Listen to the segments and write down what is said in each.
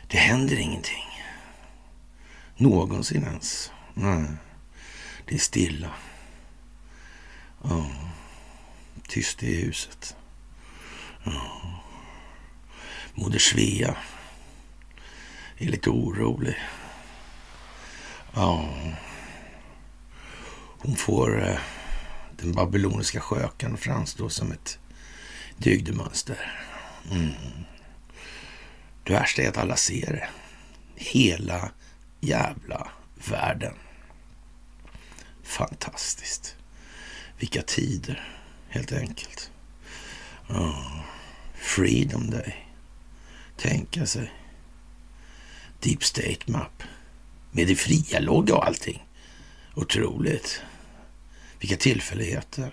Det händer ingenting. Någonsin ens. Nej. Det är stilla. Ja. Tyst i huset. Ja. Moder Svea är lite orolig. Ja. Hon får den babyloniska skökan framstå som ett dygdemönster. Det värsta är att alla ser det. Hela jävla världen. Fantastiskt. Vilka tider, helt enkelt. Freedom Day. Tänka sig. Deep State Map. Med det fria logga och allting. Otroligt. Vilka tillfälligheter.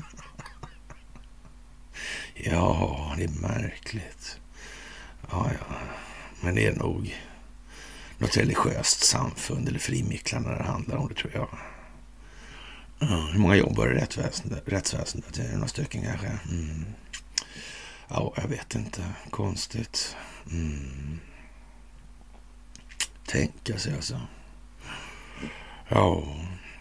Ja, det är märkligt. Ja. Men det är nog något religiöst samfund eller frimicklande när det handlar om det, tror jag. Hur många jobbar i rättsväsendet? Det är några stycken kanske. Ja, jag vet inte. Konstigt. Tänka sig alltså. Ja.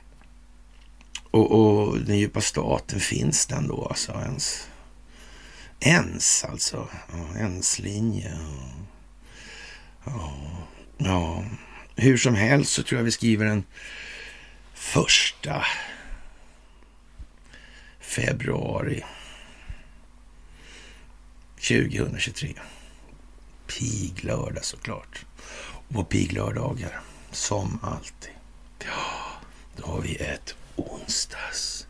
Och den djupa staten, finns den då alltså ens? Ens alltså. Ja, ens linje. Ja. Hur som helst så tror jag vi skriver den 1 februari 2023. Piglördag såklart. Och på piglördagar, som alltid, ja, då har vi ett onsdagsmys.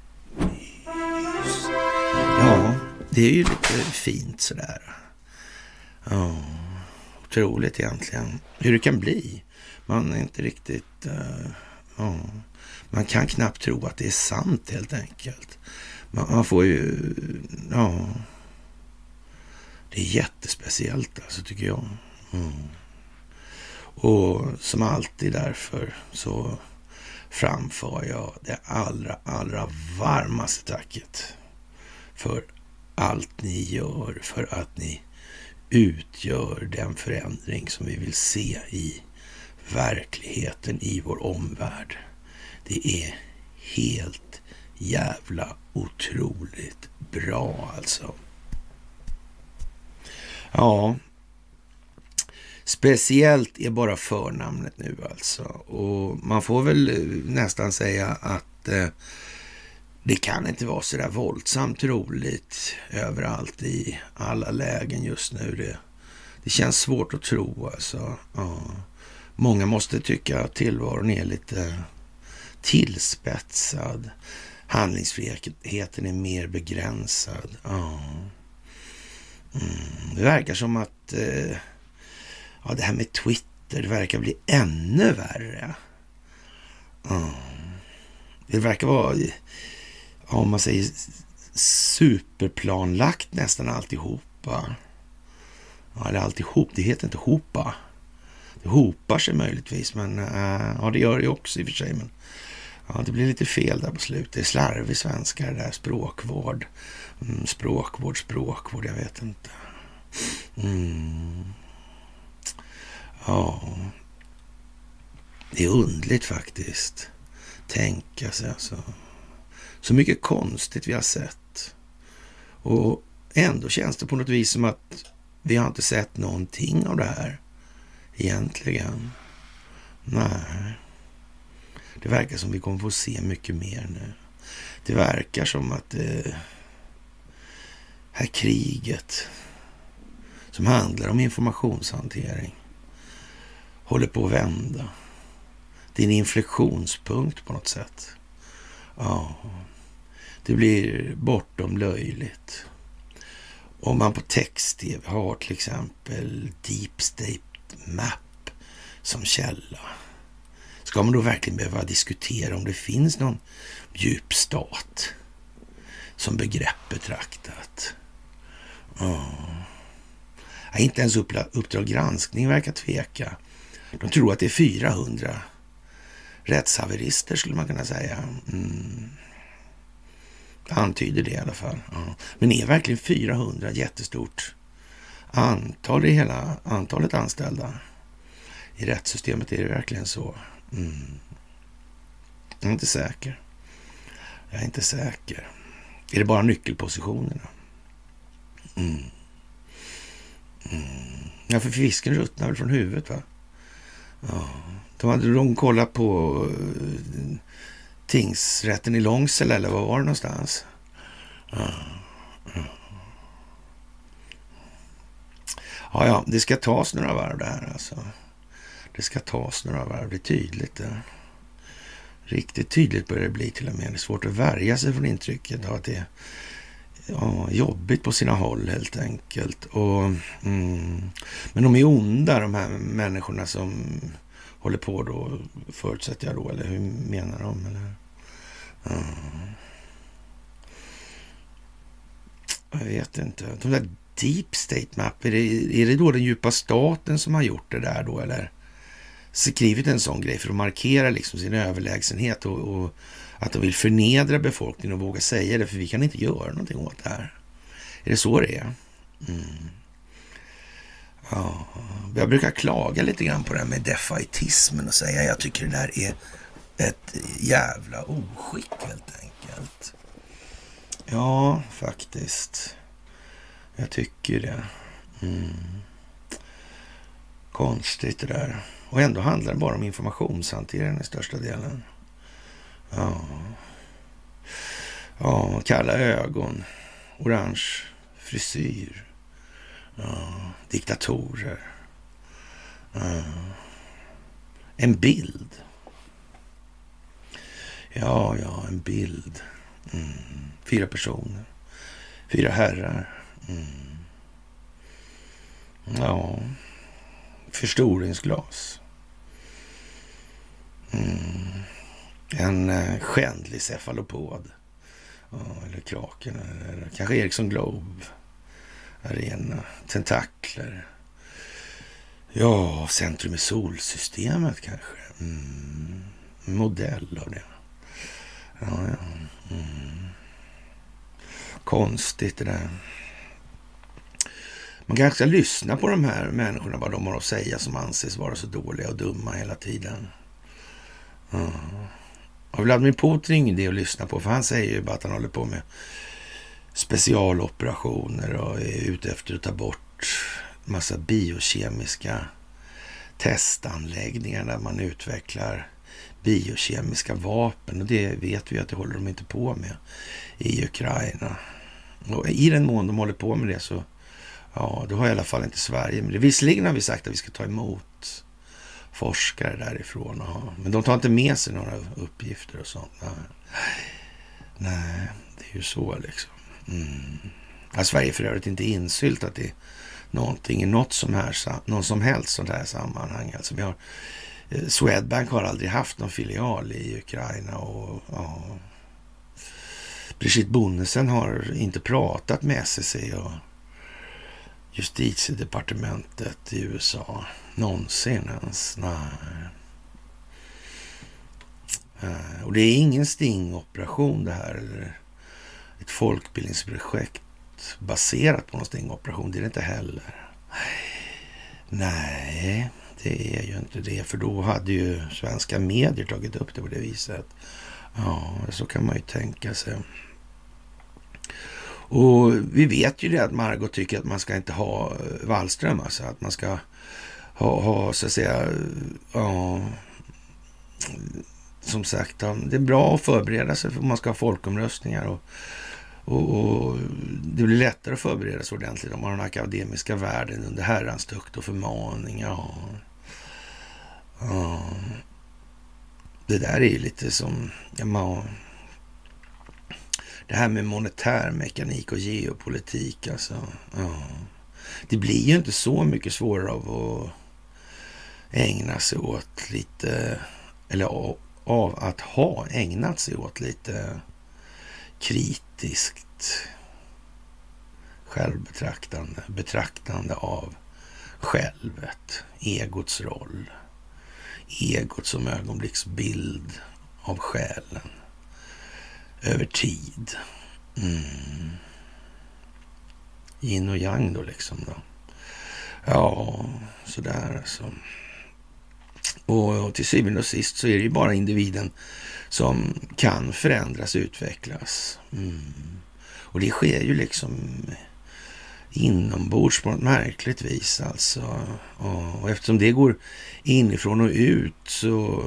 Ja, det är ju lite fint sådär. Ja, otroligt egentligen. Hur det kan bli. Man är inte riktigt... man kan knappt tro att det är sant, helt enkelt. Man får ju... Ja, det är jättespeciellt alltså, tycker jag. Och som alltid därför så framför jag det allra varmaste tacket för allt ni gör, för att ni utgör den förändring som vi vill se i verkligheten i vår omvärld. Det är helt jävla otroligt bra alltså. Ja, speciellt är bara förnamnet nu alltså. Och man får väl nästan säga att det kan inte vara så där våldsamt roligt överallt i alla lägen just nu. Det känns svårt att tro alltså. Ja. Många måste tycka att tillvaron är lite tillspetsad. Handlingsfriheten är mer begränsad. Ja. Det verkar som att det här med Twitter, det verkar bli ännu värre. Det verkar vara, om man säger, superplanlagt nästan alltihopa. Ja, det är alltihop. Det heter inte hopa. Det hopar sig möjligtvis, men ja, det gör det också i och för sig. Men ja, det blir lite fel där på slutet. Det är slarvig svenska, det där språkvård. Språkvård, jag vet inte. Ja, det är undligt faktiskt. Tänka sig alltså. Så mycket konstigt vi har sett. Och ändå känns det på något vis som att vi har inte sett någonting av det här egentligen. Nej. Det verkar som vi kommer få se mycket mer nu. Det verkar som att det här kriget som handlar om informationshantering håller på att vända. Det är en inflektionspunkt på något sätt. Ja, det blir bortom löjligt. Om man på text-tv har till exempel Deep State Map som källa, ska man då verkligen behöva diskutera om det finns någon djup stat som begrepp betraktat? Ja. Inte ens Uppdrag granskning verkar tveka. De tror att det är 400 rättshaverister, skulle man kunna säga. Antyder det i alla fall. Ja. Men är verkligen 400 jättestort antal i hela antalet anställda? I rättssystemet är det verkligen så. Jag är inte säker. Är det bara nyckelpositionerna? Ja, för fisken ruttnar väl från huvudet, va? Ja. De kollat på tingsrätten i Långsele, eller vad var det någonstans? Ja, det ska tas några varv det här alltså. Det ska tas några varv, det är tydligt det. Riktigt tydligt börjar det bli till och med. Det är svårt att värja sig från intrycket av att det är jobbigt på sina håll helt enkelt. Men de är onda, de här människorna som håller på då, förutsätter jag då, eller hur menar de? Eller? Jag vet inte. De där deep state map, är det då den djupa staten som har gjort det där då, eller skrivit en sån grej för att markera liksom sin överlägsenhet och att de vill förnedra befolkningen och våga säga det, för vi kan inte göra någonting åt det här. Är det så det är? Ja, jag brukar klaga lite grann på det här med defaitismen och säga jag tycker det där är ett jävla oskick helt enkelt. Ja, faktiskt. Jag tycker det. Konstigt det där. Och ändå handlar det bara om informationshantering i största delen. Ja, kalla ögon. Orange frisyr. Diktatorer. En bild. Ja, en bild. 4 personer. 4 herrar. Ja. Förstoringsglas. En skändlig cefalopod. Eller kraken. Eller kanske Ericsson Globe. Arena. Tentakler. Ja, centrum i solsystemet kanske. Modell av det. Ja. Konstigt det där. Man kanske ska lyssna på de här människorna, vad de har att säga som anses vara så dåliga och dumma hela tiden. Och Vladimir Putin är ingen idé att lyssna på, för han säger ju bara att han håller på med specialoperationer och är ute efter att ta bort massa biokemiska testanläggningar där man utvecklar biokemiska vapen, och det vet vi att det håller de inte på med i Ukraina. Och i den mån de håller på med det så då har i alla fall inte Sverige. Men visserligen har vi sagt att vi ska ta emot forskare därifrån. Men de tar inte med sig några uppgifter och sånt. Nej, det är ju så liksom. Sverige för övrigt inte insyltat i någonting i någon som helst sånt här sammanhang. Alltså Swedbank har aldrig haft någon filial i Ukraina och Brigitte Bonnesen har inte pratat med SEC och justitiedepartementet i USA någonsin ens. Nej. Och det är ingen stingoperation det här, eller ett folkbildningsprojekt baserat på någon stingoperation. Det är det inte heller. Nej, det är ju inte det, för då hade ju svenska medier tagit upp det på det viset. Ja, så kan man ju tänka sig. Och vi vet ju det att Margot tycker att man ska inte ha Wallström, alltså att man ska ha så att säga, som sagt, det är bra att förbereda sig för man ska ha folkomröstningar och det blir lättare att förbereda sig ordentligt om man har den akademiska världen under herrans tukt och förmaning. Det där är ju lite som det här med monetär mekanik och geopolitik, alltså. Det blir ju inte så mycket svårare av att ägna sig åt lite, eller av att ha ägnat sig åt lite kritiskt betraktande av självet, egots roll, egot som ögonblicksbild av själen över tid. Yin och yang då liksom då. Ja, sådär alltså. Och till syvende och sist så är det ju bara individen som kan förändras och utvecklas. Och det sker ju liksom inombords på något märkligt vis alltså. Och eftersom det går inifrån och ut så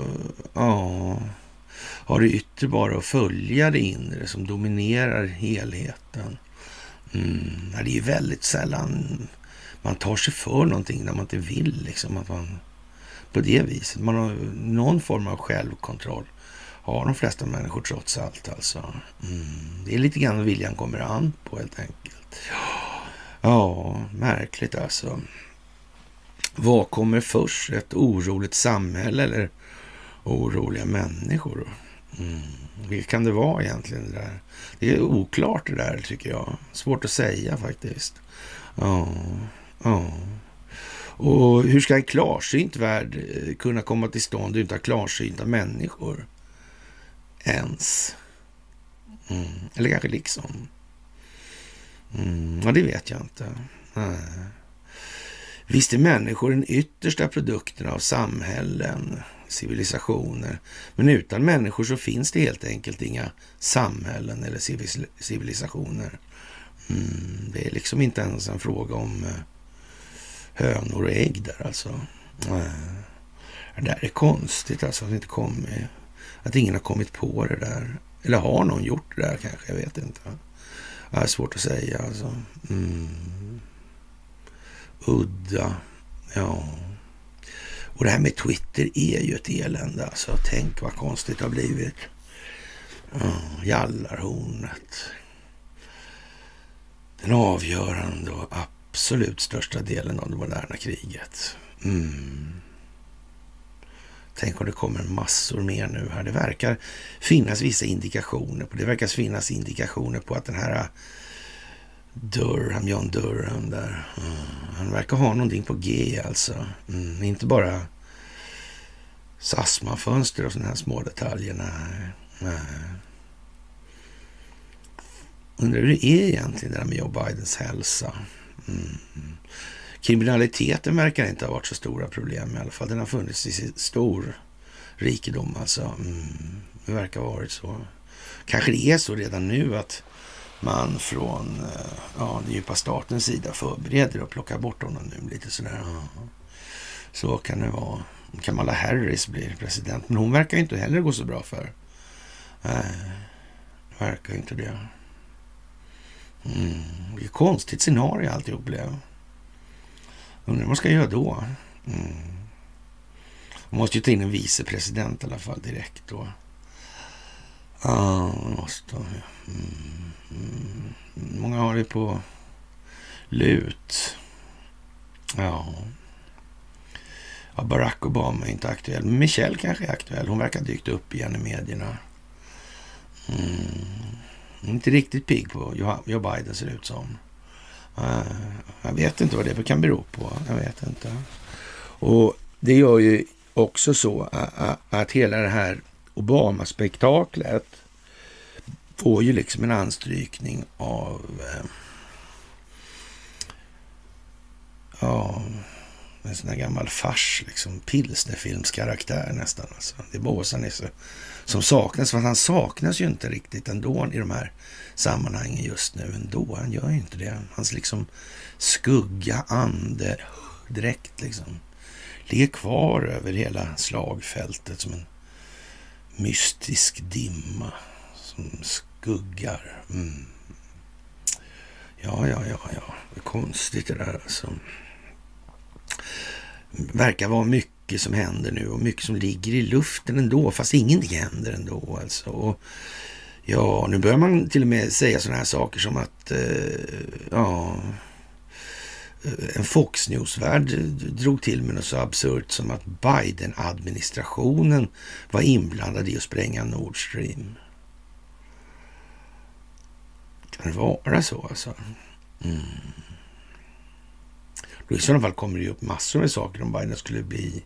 har det yttre bara att följa det inre som dominerar helheten. Det är ju väldigt sällan man tar sig för någonting när man inte vill liksom, att man på det viset, man har någon form av självkontroll, har de flesta människor trots allt alltså. Det är lite grann viljan kommer an på helt enkelt. Ja, märkligt alltså. Vad kommer först? Ett oroligt samhälle eller oroliga människor? Vilket kan det vara egentligen det där? Det är oklart det där tycker jag. Svårt att säga faktiskt. Ja. Och hur ska en klarsynt värld kunna komma till stånd utan klarsynta människor? Ens. Eller kanske liksom. Ja, det vet jag inte. Nej. Visst är människor den yttersta produkten av samhällen, civilisationer. Men utan människor så finns det helt enkelt inga samhällen eller civilisationer. Det är liksom inte ens en fråga om hönor och ägg där alltså. Det där är konstigt alltså att ingen har kommit på det där. Eller har någon gjort det där kanske, jag vet inte. Det är svårt att säga alltså. Udda, ja. Och det här med Twitter är ju ett elände alltså. Tänk vad konstigt det har blivit. Jallarhornet. Den avgörande och absolut största delen av det moderna kriget. Tänk om det kommer massor mer nu här. Det verkar finnas vissa indikationer på. Det verkar finnas indikationer på att den här John Durham där. Han verkar ha någonting på G alltså. Inte bara SASMA-fönster och sådana här små detaljer. Nej. Undrar hur det är egentligen det där med Joe Bidens hälsa. Kriminaliteten verkar inte ha varit så stora problem i alla fall. Den har funnits i stor rikedom alltså. Det verkar ha varit så. Kanske det är så redan nu att man från den djupa statens sida förbereder och plockar bort honom nu lite sådär. Så kan det vara. Kamala Harris blir president, men hon verkar inte heller gå så bra för. Nej, verkar inte det. Det är ett konstigt scenario alltihop blev. Undrar vad man ska göra då. Man måste ju ta in en vicepresident i alla fall direkt då. Många har det på lut. Ja, Barack Obama är inte aktuell. Men Michelle kanske är aktuell. Hon verkar dykt upp igen i medierna. Inte riktigt pigg på Joe Biden ser ut som. Jag vet inte vad det kan bero på. Jag vet inte. Och det gör ju också så att hela det här Obama-spektaklet får ju liksom en anstrykning av en sån här gammal fars, liksom pilsnerfilmskaraktär nästan. Alltså. Det är Båsa-Nisse som saknas, för han saknas ju inte riktigt ändå i de här sammanhangen just nu ändå. Han gör ju inte det. Hans liksom skugga ande direkt liksom ligger kvar över hela slagfältet som en mystisk dimma som skuggar. Ja. Det är konstigt det där alltså. Verkar vara mycket som händer nu och mycket som ligger i luften ändå, fast ingenting händer ändå alltså. Och ja, nu börjar man till och med säga sådana här saker som att en Fox News-värld drog till med något så absurt som att Biden-administrationen var inblandad i att spränga Nord Stream. Kan det vara så alltså? Då i sådana fall kommer det ju upp massor med saker om Biden skulle bli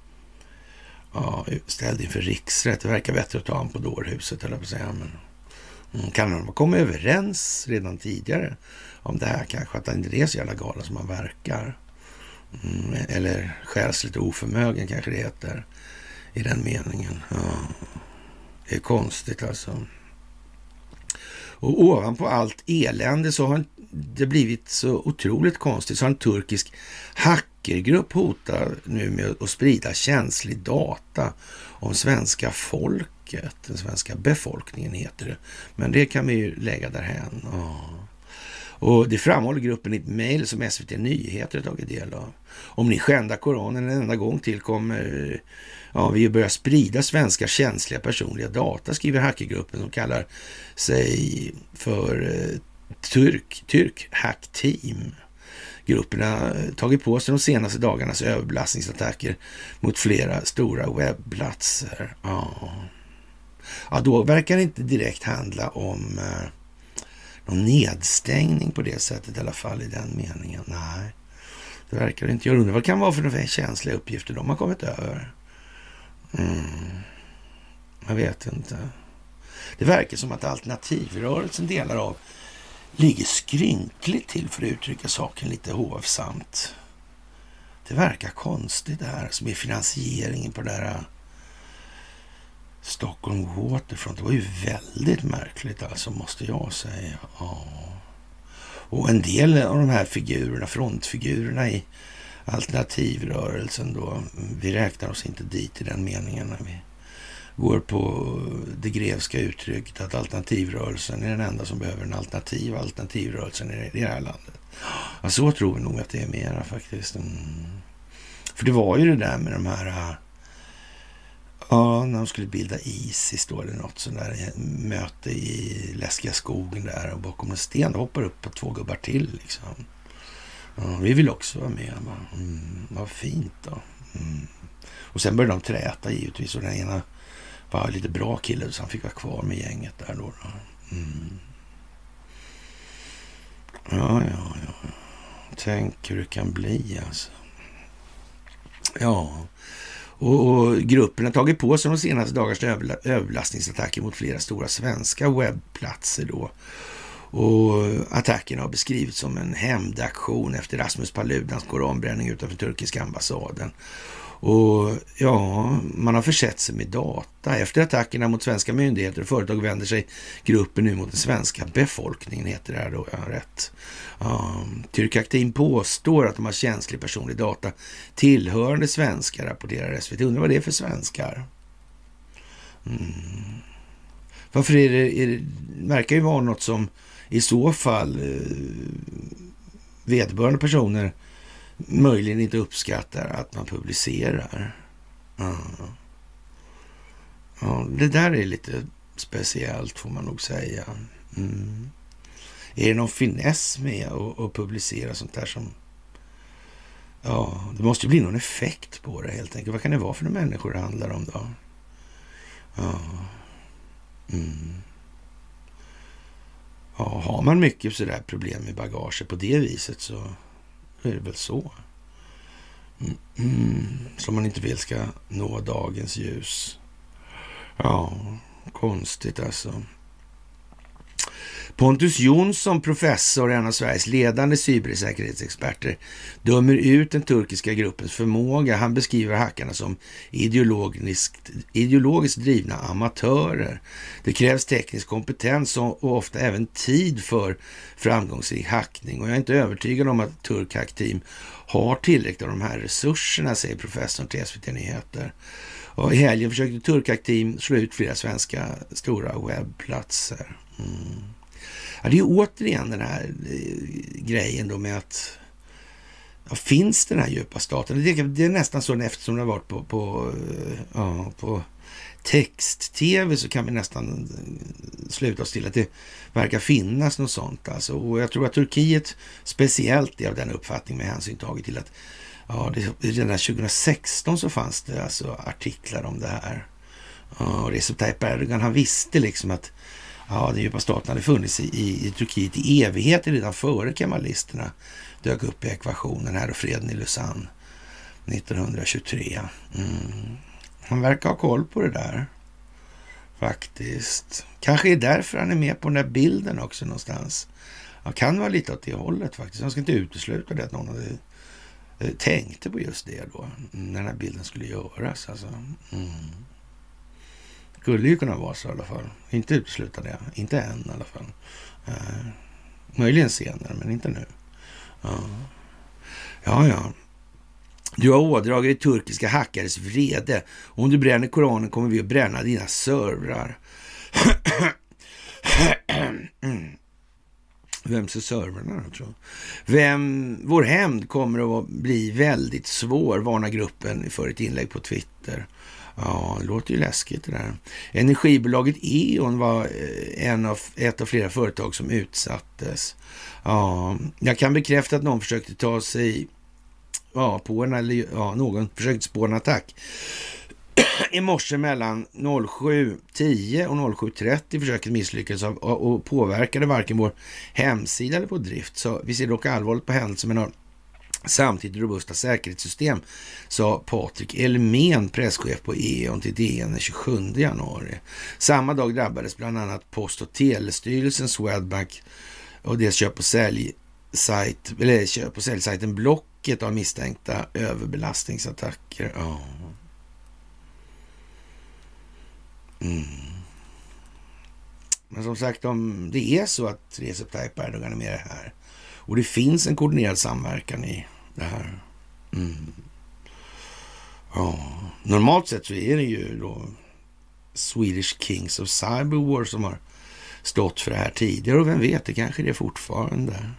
ställd inför riksrätt. Det verkar bättre att ta han på dårhuset eller på att säga. Men kan de komma överens redan tidigare om det här kanske, att det inte är så jävla galen som man verkar? Eller själsligt oförmögen kanske det heter i den meningen. Ja, det är konstigt alltså. Och ovanpå allt elände så har det blivit så otroligt konstigt. Så har en turkisk hackergrupp hotar nu med att sprida känslig data om svenska folket. Den svenska befolkningen heter det. Men det kan vi ju lägga därhän. Ja. Och det framhåller gruppen i ett mejl som SVT Nyheter har tagit del av. Om ni skändar Koranen en enda gång till kommer vi börjar sprida svenska känsliga personliga data, skriver hackergruppen som kallar sig för Turk Hack Team. Gruppen har tagit på sig de senaste dagarnas överbelastningsattacker mot flera stora webbplatser. Ja, då verkar det inte direkt handla om någon nedstängning på det sättet i alla fall i den meningen. Nej, det verkar det inte. Jag undrar vad det kan vara för några känsliga uppgifter de har kommit över. Jag vet inte. Det verkar som att alternativrörelsen delar av ligger skrynkligt till, för att uttrycka saken lite hovsamt. Det verkar konstigt det här som är finansieringen på det där Stockholm Waterfront. Det var ju väldigt märkligt alltså, måste jag säga. Ja. Och en del av de här figurerna, frontfigurerna i alternativrörelsen då, vi räknar oss inte dit i den meningen när vi går på det grevska uttrycket att alternativrörelsen är den enda som behöver en alternativrörelsen i det här landet. Ja, så tror vi nog att det är mera faktiskt. För det var ju det där med de här när de skulle bilda ISIS då, eller något sånt där möte i läskiga skogen där, och bakom en sten hoppar upp på 2 gubbar till liksom. Ja, vi vill också vara med. Vad fint då. Och sen började de träta givetvis, och den ena var lite bra kille så han fick vara kvar med gänget där då. Ja. Tänk hur det kan bli alltså. Ja. Och gruppen har tagit på sig de senaste dagarnas överbelastningsattacker mot flera stora svenska webbplatser då. Och attacken har beskrivits som en hämndaktion efter Rasmus Paludans koranbränning utanför turkiska ambassaden. Och man har försett sig med data. Efter attackerna mot svenska myndigheter och företag vänder sig gruppen nu mot den svenska befolkningen, heter det här då, jag har rätt. Turk Team påstår att de har känslig personlig data tillhörande svenskar, rapporterar SVT. Undrar vad det är för svenskar? Varför är det verkar ju vara något som i så fall vederbörande personer möjligen inte uppskattar att man publicerar. Ja, det där är lite speciellt får man nog säga. Är det någon finess med att publicera sånt där som... Ja, det måste ju bli någon effekt på det helt enkelt. Vad kan det vara för några människor det handlar om då? Ja. Ja, har man mycket sådär problem med bagage på det viset så är det väl så. Som man inte vill ska nå dagens ljus. Ja, konstigt alltså. Pontus Jonsson, professor, en av Sveriges ledande cybersäkerhetsexperter, dömer ut den turkiska gruppens förmåga. Han beskriver hackarna som ideologiskt drivna amatörer. Det krävs teknisk kompetens och ofta även tid för framgångsrik hackning. Och jag är inte övertygad om att Turk Hack Team har tillräckligt av de här resurserna, säger professorn till SVT Nyheter. Och i helgen försökte Turk Hack Team slå ut flera svenska stora webbplatser. Ja, det är återigen den här grejen då med att finns den här djupa staten? Det är nästan så, eftersom det har varit på text-tv så kan vi nästan sluta oss till att det verkar finnas något sånt. Alltså. Och jag tror att Turkiet speciellt är av den uppfattning med hänsyn taget till att redan 2016 så fanns det alltså artiklar om det här. Och Recep Tayyip Erdogan, han visste liksom att den djupa staten hade funnits i Turkiet i evigheter redan före kemalisterna dök upp i ekvationen här och freden i Lausanne 1923. Han verkar ha koll på det där faktiskt. Kanske är därför han är med på den där bilden också någonstans. Han kan vara lite åt det hållet faktiskt. Han ska inte utesluta det att någon hade tänkte på just det då, när den här bilden skulle göras. Alltså. Skulle ju kunna vara så i alla fall. Inte utesluta det. Inte än i alla fall. Möjligen senare, men inte nu. Ja. Du har ådragit turkiska hackares vrede. Om du bränner Koranen kommer vi att bränna dina servrar. Vems är servrarna då, tror jag? Vår hämnd kommer att bli väldigt svår, varnar gruppen för ett inlägg på Twitter. Ja, det låter ju läskigt det där. Energibolaget E.ON var ett av flera företag som utsattes. Ja, jag kan bekräfta att någon försökte ta sig någon försökte spå en attack. I morse mellan 07.10 och 07.30 försöket misslyckades och påverkade varken vår hemsida eller på drift. Så vi ser dock allvarligt på händelsen men har samtidigt robusta säkerhetssystem, sa Patrik Elmén, presschef på E.ON till DN den 27 januari. Samma dag drabbades bland annat Post- och telestyrelsen, Swedbank och deras köp- och säljsajten Blocket av misstänkta överbelastningsattacker. Ja. Men som sagt, om det är så att Recep Tayyip Erdogan är med det här och det finns en koordinerad samverkan i det här. Normalt sett så är det ju då Swedish Kings of Cyberwar som har stått för det här tidigare och vem vet, det kanske det är fortfarande.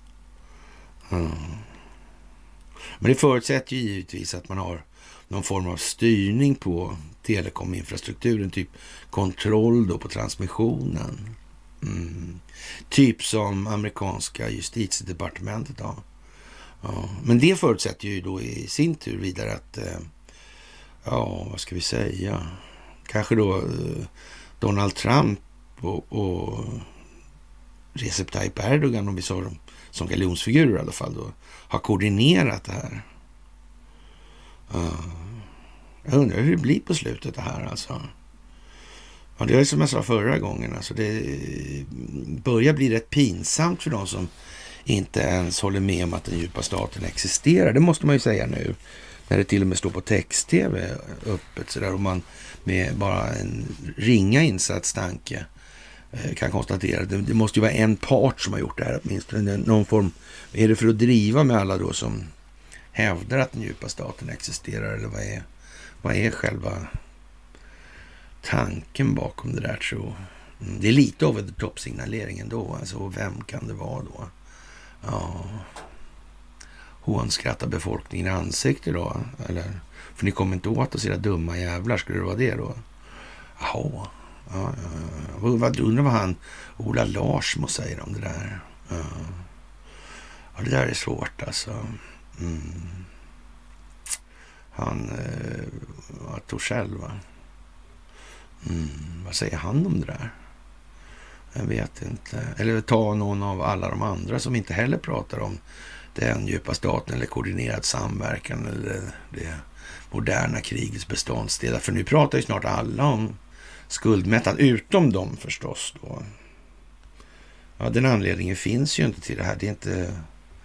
Men det förutsätter ju givetvis att man har någon form av styrning på telekominfrastrukturen, typ kontroll då på transmissionen. Typ som amerikanska justitiedepartementet har. Ja. Men det förutsätter ju då i sin tur vidare att vad ska vi säga? Kanske då Donald Trump och Recep Tayyip Erdogan, om vi sa dem som galjonsfigurer i alla fall då, har koordinerat det här. Jag undrar hur det blir på slutet det här alltså. Ja, det är som jag sa förra gången. Alltså det börjar bli rätt pinsamt för de som inte ens håller med om att den djupa staten existerar. Det måste man ju säga nu. När det till och med står på text-tv öppet sådär. Och man med bara en ringa insatstanke kan konstatera att det måste ju vara en part som har gjort det här åtminstone. Någon form, är det för att driva med alla då som hävdar att den djupa staten existerar? Eller vad är själva tanken bakom det där, tror jag? Det är lite over the top-signalering ändå. Alltså, vem kan det vara då? Ja, hånskrattar befolkningen i ansiktet då? Eller, för ni kommer inte åt oss era dumma jävlar, skulle det vara det då? Jaha. Vad undrar vad han Ola Larsmo säger om det där? Ja, det där är svårt alltså. Han Torssell, va? Vad säger han om det där? Jag vet inte. Eller ta någon av alla de andra som inte heller pratar om den djupa staten eller koordinerad samverkan eller det moderna krigets beståndsdelar. För nu pratar ju snart alla om skuldmättnad, utom dem förstås då. Ja, den anledningen finns ju inte till det här. Det är inte...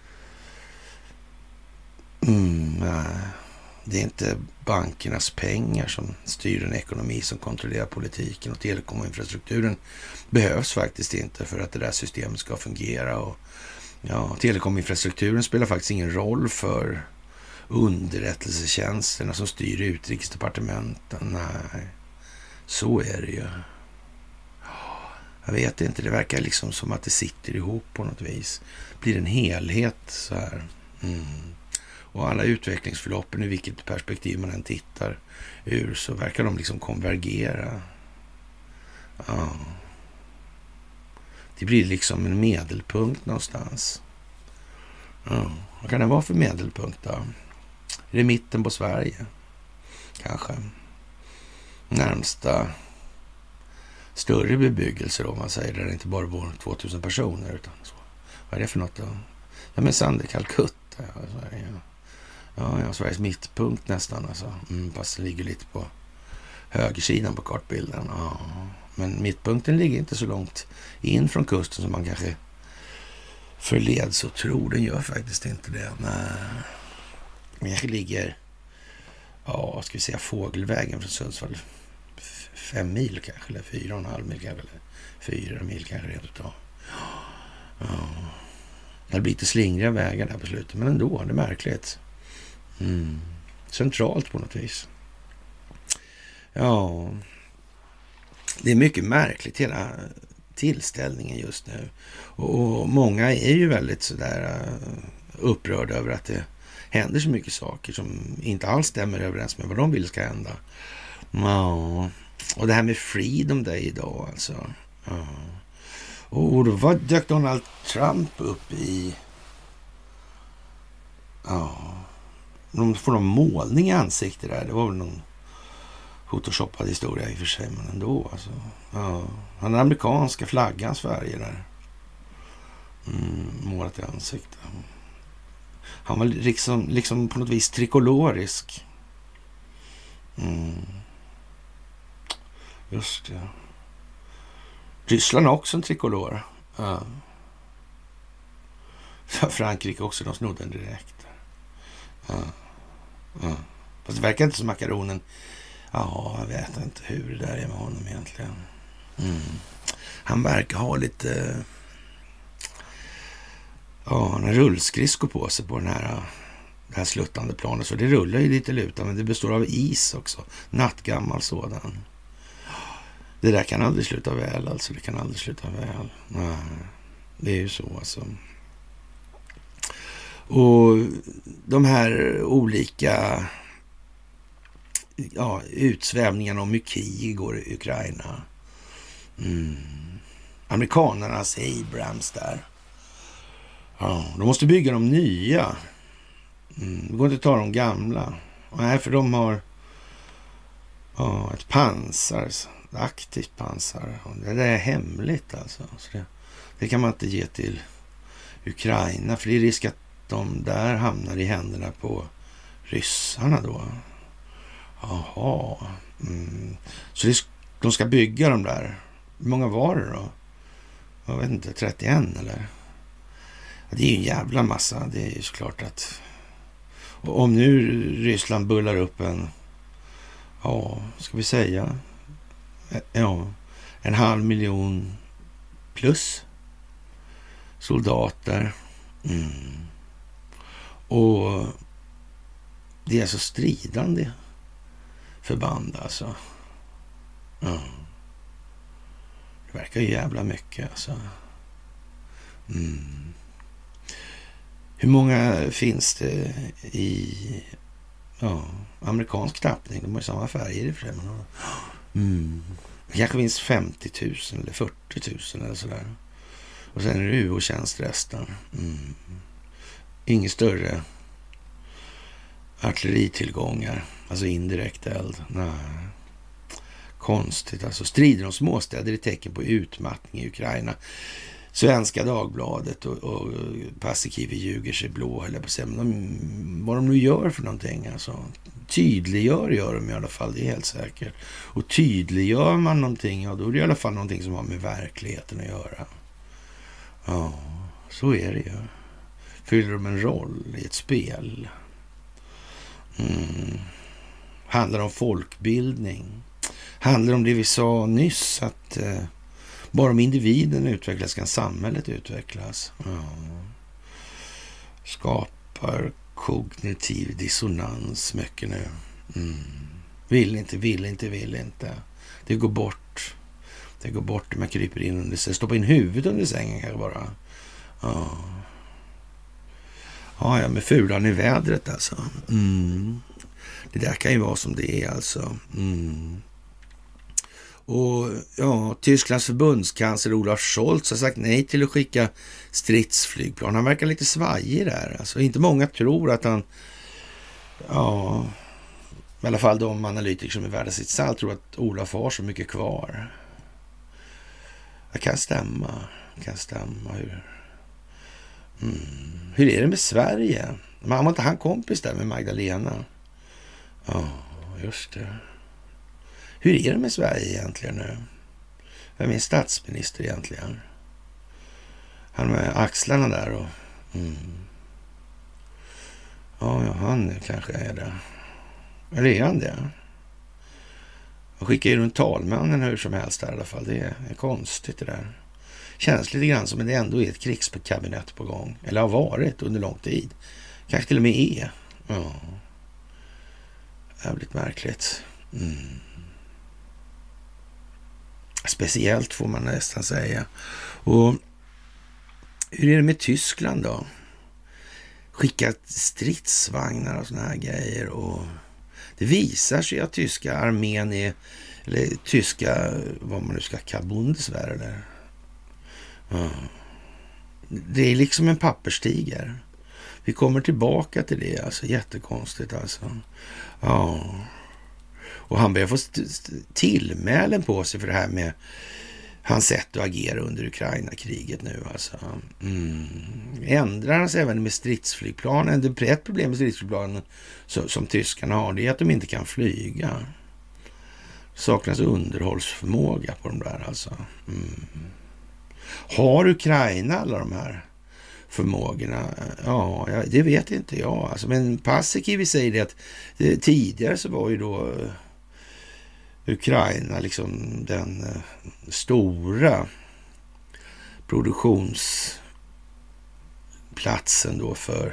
Det är inte bankernas pengar som styr en ekonomi som kontrollerar politiken, och telekominfrastrukturen behövs faktiskt inte för att det där systemet ska fungera. Och telekominfrastrukturen spelar faktiskt ingen roll för underrättelsetjänsterna som styr utrikesdepartementen. Nej, så är det ju. Jag vet inte, det verkar liksom som att det sitter ihop på något vis. Blir en helhet så här. Och alla utvecklingsförloppen, i vilket perspektiv man än tittar ur, så verkar de liksom konvergera. Ja. Det blir liksom en medelpunkt någonstans. Ja. Vad kan det vara för medelpunkt då? Är det mitten på Sverige? Kanske. Närmsta större bebyggelse då, om man säger, där det inte bara bor 2000 personer utan så. Vad är det för något då? Ja, men Sande, Calcutta. Ja, Sveriges mittpunkt nästan alltså. Fast det ligger lite på högersidan på kartbilden. Ja. Men mittpunkten ligger inte så långt in från kusten som man kanske förleds och tror. Den gör faktiskt inte det. Nej. kanske ligger, ja, ska vi säga Fågelvägen från Sundsvall 5 mil kanske, eller 4,5 mil kanske, eller 4 mil kanske rent utav. Ja. Det blir lite slingriga vägar där på slutet, men ändå, det är märkligt. Centralt på något vis. Ja, det är mycket märkligt hela tillställningen just nu. Och många är ju väldigt sådär upprörda över att det händer så mycket saker som inte alls stämmer överens med vad de vill ska hända. Ja, och det här med Freedom Day idag alltså. Ja. Och då dök Donald Trump upp i... Ja, de får någon målning i ansiktet där. Det var väl någon photoshoppad historia i och för sig, men ändå alltså. Ja, han har amerikanska flaggans färger där. Målat i ansiktet. Han var liksom på något vis trikolorisk. Just det. Ryssland har också en trikolor. Ja. Frankrike också, de snodde den direkt. Ja. Fast det verkar inte som makaronen. Ja, jag vet inte hur det där är med honom egentligen. Han verkar ha lite... Ja, en rullskridsko på sig på det här sluttande planet. Så det rullar ju lite luta, men det består av is också. Nattgammal sådan. Det där kan aldrig sluta väl, alltså. Det kan aldrig sluta väl. Nej, det är ju så alltså. Och de här olika utsvävningarna om Myki går i Ukraina. Amerikanernas Abrams där. Ja, de måste bygga de nya. Det går inte att ta de gamla. Nej, för de har ett pansar, ett aktivt pansar. Det är hemligt alltså. Så det kan man inte ge till Ukraina, för det är risk att de där hamnar i händerna på ryssarna då. Jaha. Så de ska bygga de där. Hur många var det då? Jag vet inte, 31 eller? Det är ju en jävla massa. Det är ju såklart att... Och om nu Ryssland bullar upp ska vi säga 500 000 plus soldater. Och det är alltså stridande förband alltså. Det verkar ju jävla mycket alltså. Hur många finns det i amerikansk tappning? De har ju samma färger i och för sig. Det kanske finns 50 000 eller 40 000 eller sådär. Och sen är det UO-tjänst resten. Inget större artilleritillgångar. Alltså indirekt eld. Nej. Konstigt alltså. Strider om småstäder är tecken på utmattning i Ukraina. Svenska Dagbladet och Paasikivi ljuger sig blå, eller på att säga. Vad de nu gör för någonting alltså. Tydliggör de i alla fall, det är helt säkert. Och tydliggör man någonting, då är det i alla fall någonting som har med verkligheten att göra. Ja, så är det ju. Fyller de en roll i ett spel. Handlar om folkbildning. Handlar om det vi sa nyss, att bara om individen utvecklas kan samhället utvecklas. Skapar kognitiv dissonans mycket nu. Vill inte. Det går bort. Man kryper in under sig. Stoppa in huvudet under sängen kanske bara. Ja, med fulan i vädret alltså. Det där kan ju vara som det är alltså. Och Tysklands förbundskansler Olaf Scholz har sagt nej till att skicka stridsflygplan. Han verkar lite svajig där. Alltså inte många tror att han, i alla fall de analytiker som är värda sitt salt, tror att Olaf har så mycket kvar. Det kan stämma. Hur är det med Sverige? Man var inte han kompis där med Magdalena? Ja, just det. Hur är det med Sverige egentligen nu? Vem är statsminister egentligen? Han med axlarna där och... Ja, han kanske är det. Eller är han det? Han skickar ju runt talmännen hur som helst där i alla fall. Det är konstigt det där. Känns lite grann som att det ändå är ett krigskabinett på gång. Eller har varit under lång tid. Kanske till och med är. Ja. Jävligt märkligt. Speciellt får man nästan säga. Och hur är det med Tyskland då? Skickat stridsvagnar och såna här grejer. Och det visar sig att tyska armén är, eller tyska, vad man nu ska kalla, Bundeswehr eller. Ja. Det är liksom en papperstiger. Vi kommer tillbaka till det, alltså jättekonstigt alltså. Ja. Och han börjar få tillmälen på sig för det här med hans sätt att agera under Ukraina-kriget nu alltså. Ändrar han sig även med stridsflygplanen? Det är ett problem med stridsflygplanen som tyskarna har, det är att de inte kan flyga. Saknas underhållsförmåga på de där alltså. Har Ukraina alla de här förmågorna? Ja, det vet inte jag. Alltså, men Paasikivi säger det att tidigare så var ju då Ukraina liksom den stora produktionsplatsen då för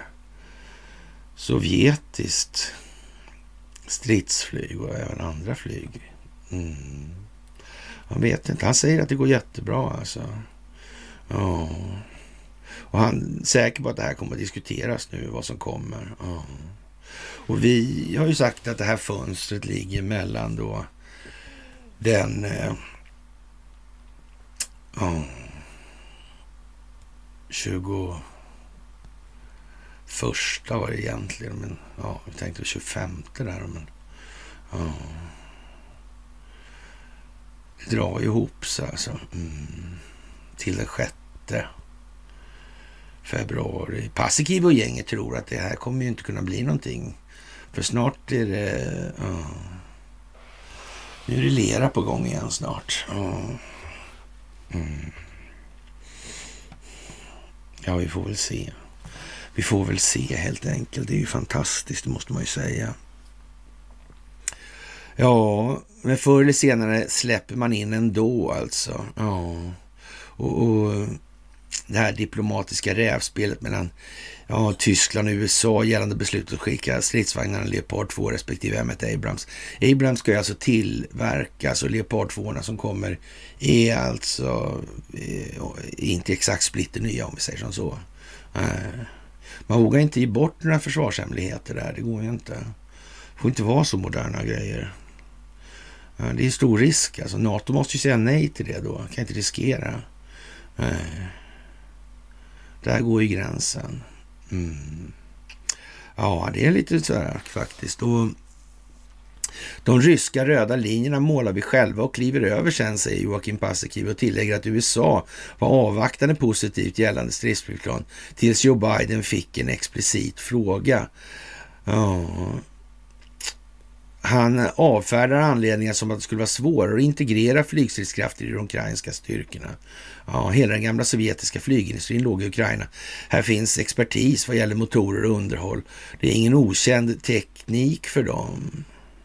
sovjetiskt stridsflyg och även andra flyg. Han vet inte. Han säger att det går jättebra alltså. Ja. Och han är säker på att det här kommer att diskuteras nu, vad som kommer. Ja. Och vi har ju sagt att det här fönstret ligger mellan då den 21 var det egentligen, men ja, vi tänkte 25 där, men ja. Det drar ju ihop sig alltså. Till den 6 februari. Paasikivi och gänget tror att det här kommer ju inte kunna bli någonting. För snart är det... Nu är det lera på gång igen snart. Ja, vi får väl se. Vi får väl se helt enkelt. Det är ju fantastiskt, det måste man ju säga. Ja, men förr eller senare släpper man in ändå alltså. Ja. Och det här diplomatiska rävspelet mellan Tyskland och USA gällande beslutet att skicka stridsvagnarna Leopard 2 respektive M1 Abrams. Abrams ska ju alltså tillverkas och Leopard 2 som kommer är alltså inte exakt splitter nya, om vi säger som så. Man vågar inte ge bort några försvarshemligheter där, det går ju inte. Det får inte vara så moderna grejer. Det är stor risk, alltså NATO måste ju säga nej till det då, kan inte riskera. Där går ju gränsen. Ja, det är lite så här faktiskt. Och de ryska röda linjerna målar vi själva och kliver över sen, säger Joakim Paasikivi och tillägger att USA var avvaktande positivt gällande stridsflygplan tills Joe Biden fick en explicit fråga. Ja. Han avfärdar anledningar som att det skulle vara svårare att integrera flygstridskrafter i de ukrainska styrkorna. Ja, hela den gamla sovjetiska flygindustrin låg i Ukraina. Här finns expertis vad gäller motorer och underhåll. Det är ingen okänd teknik för dem.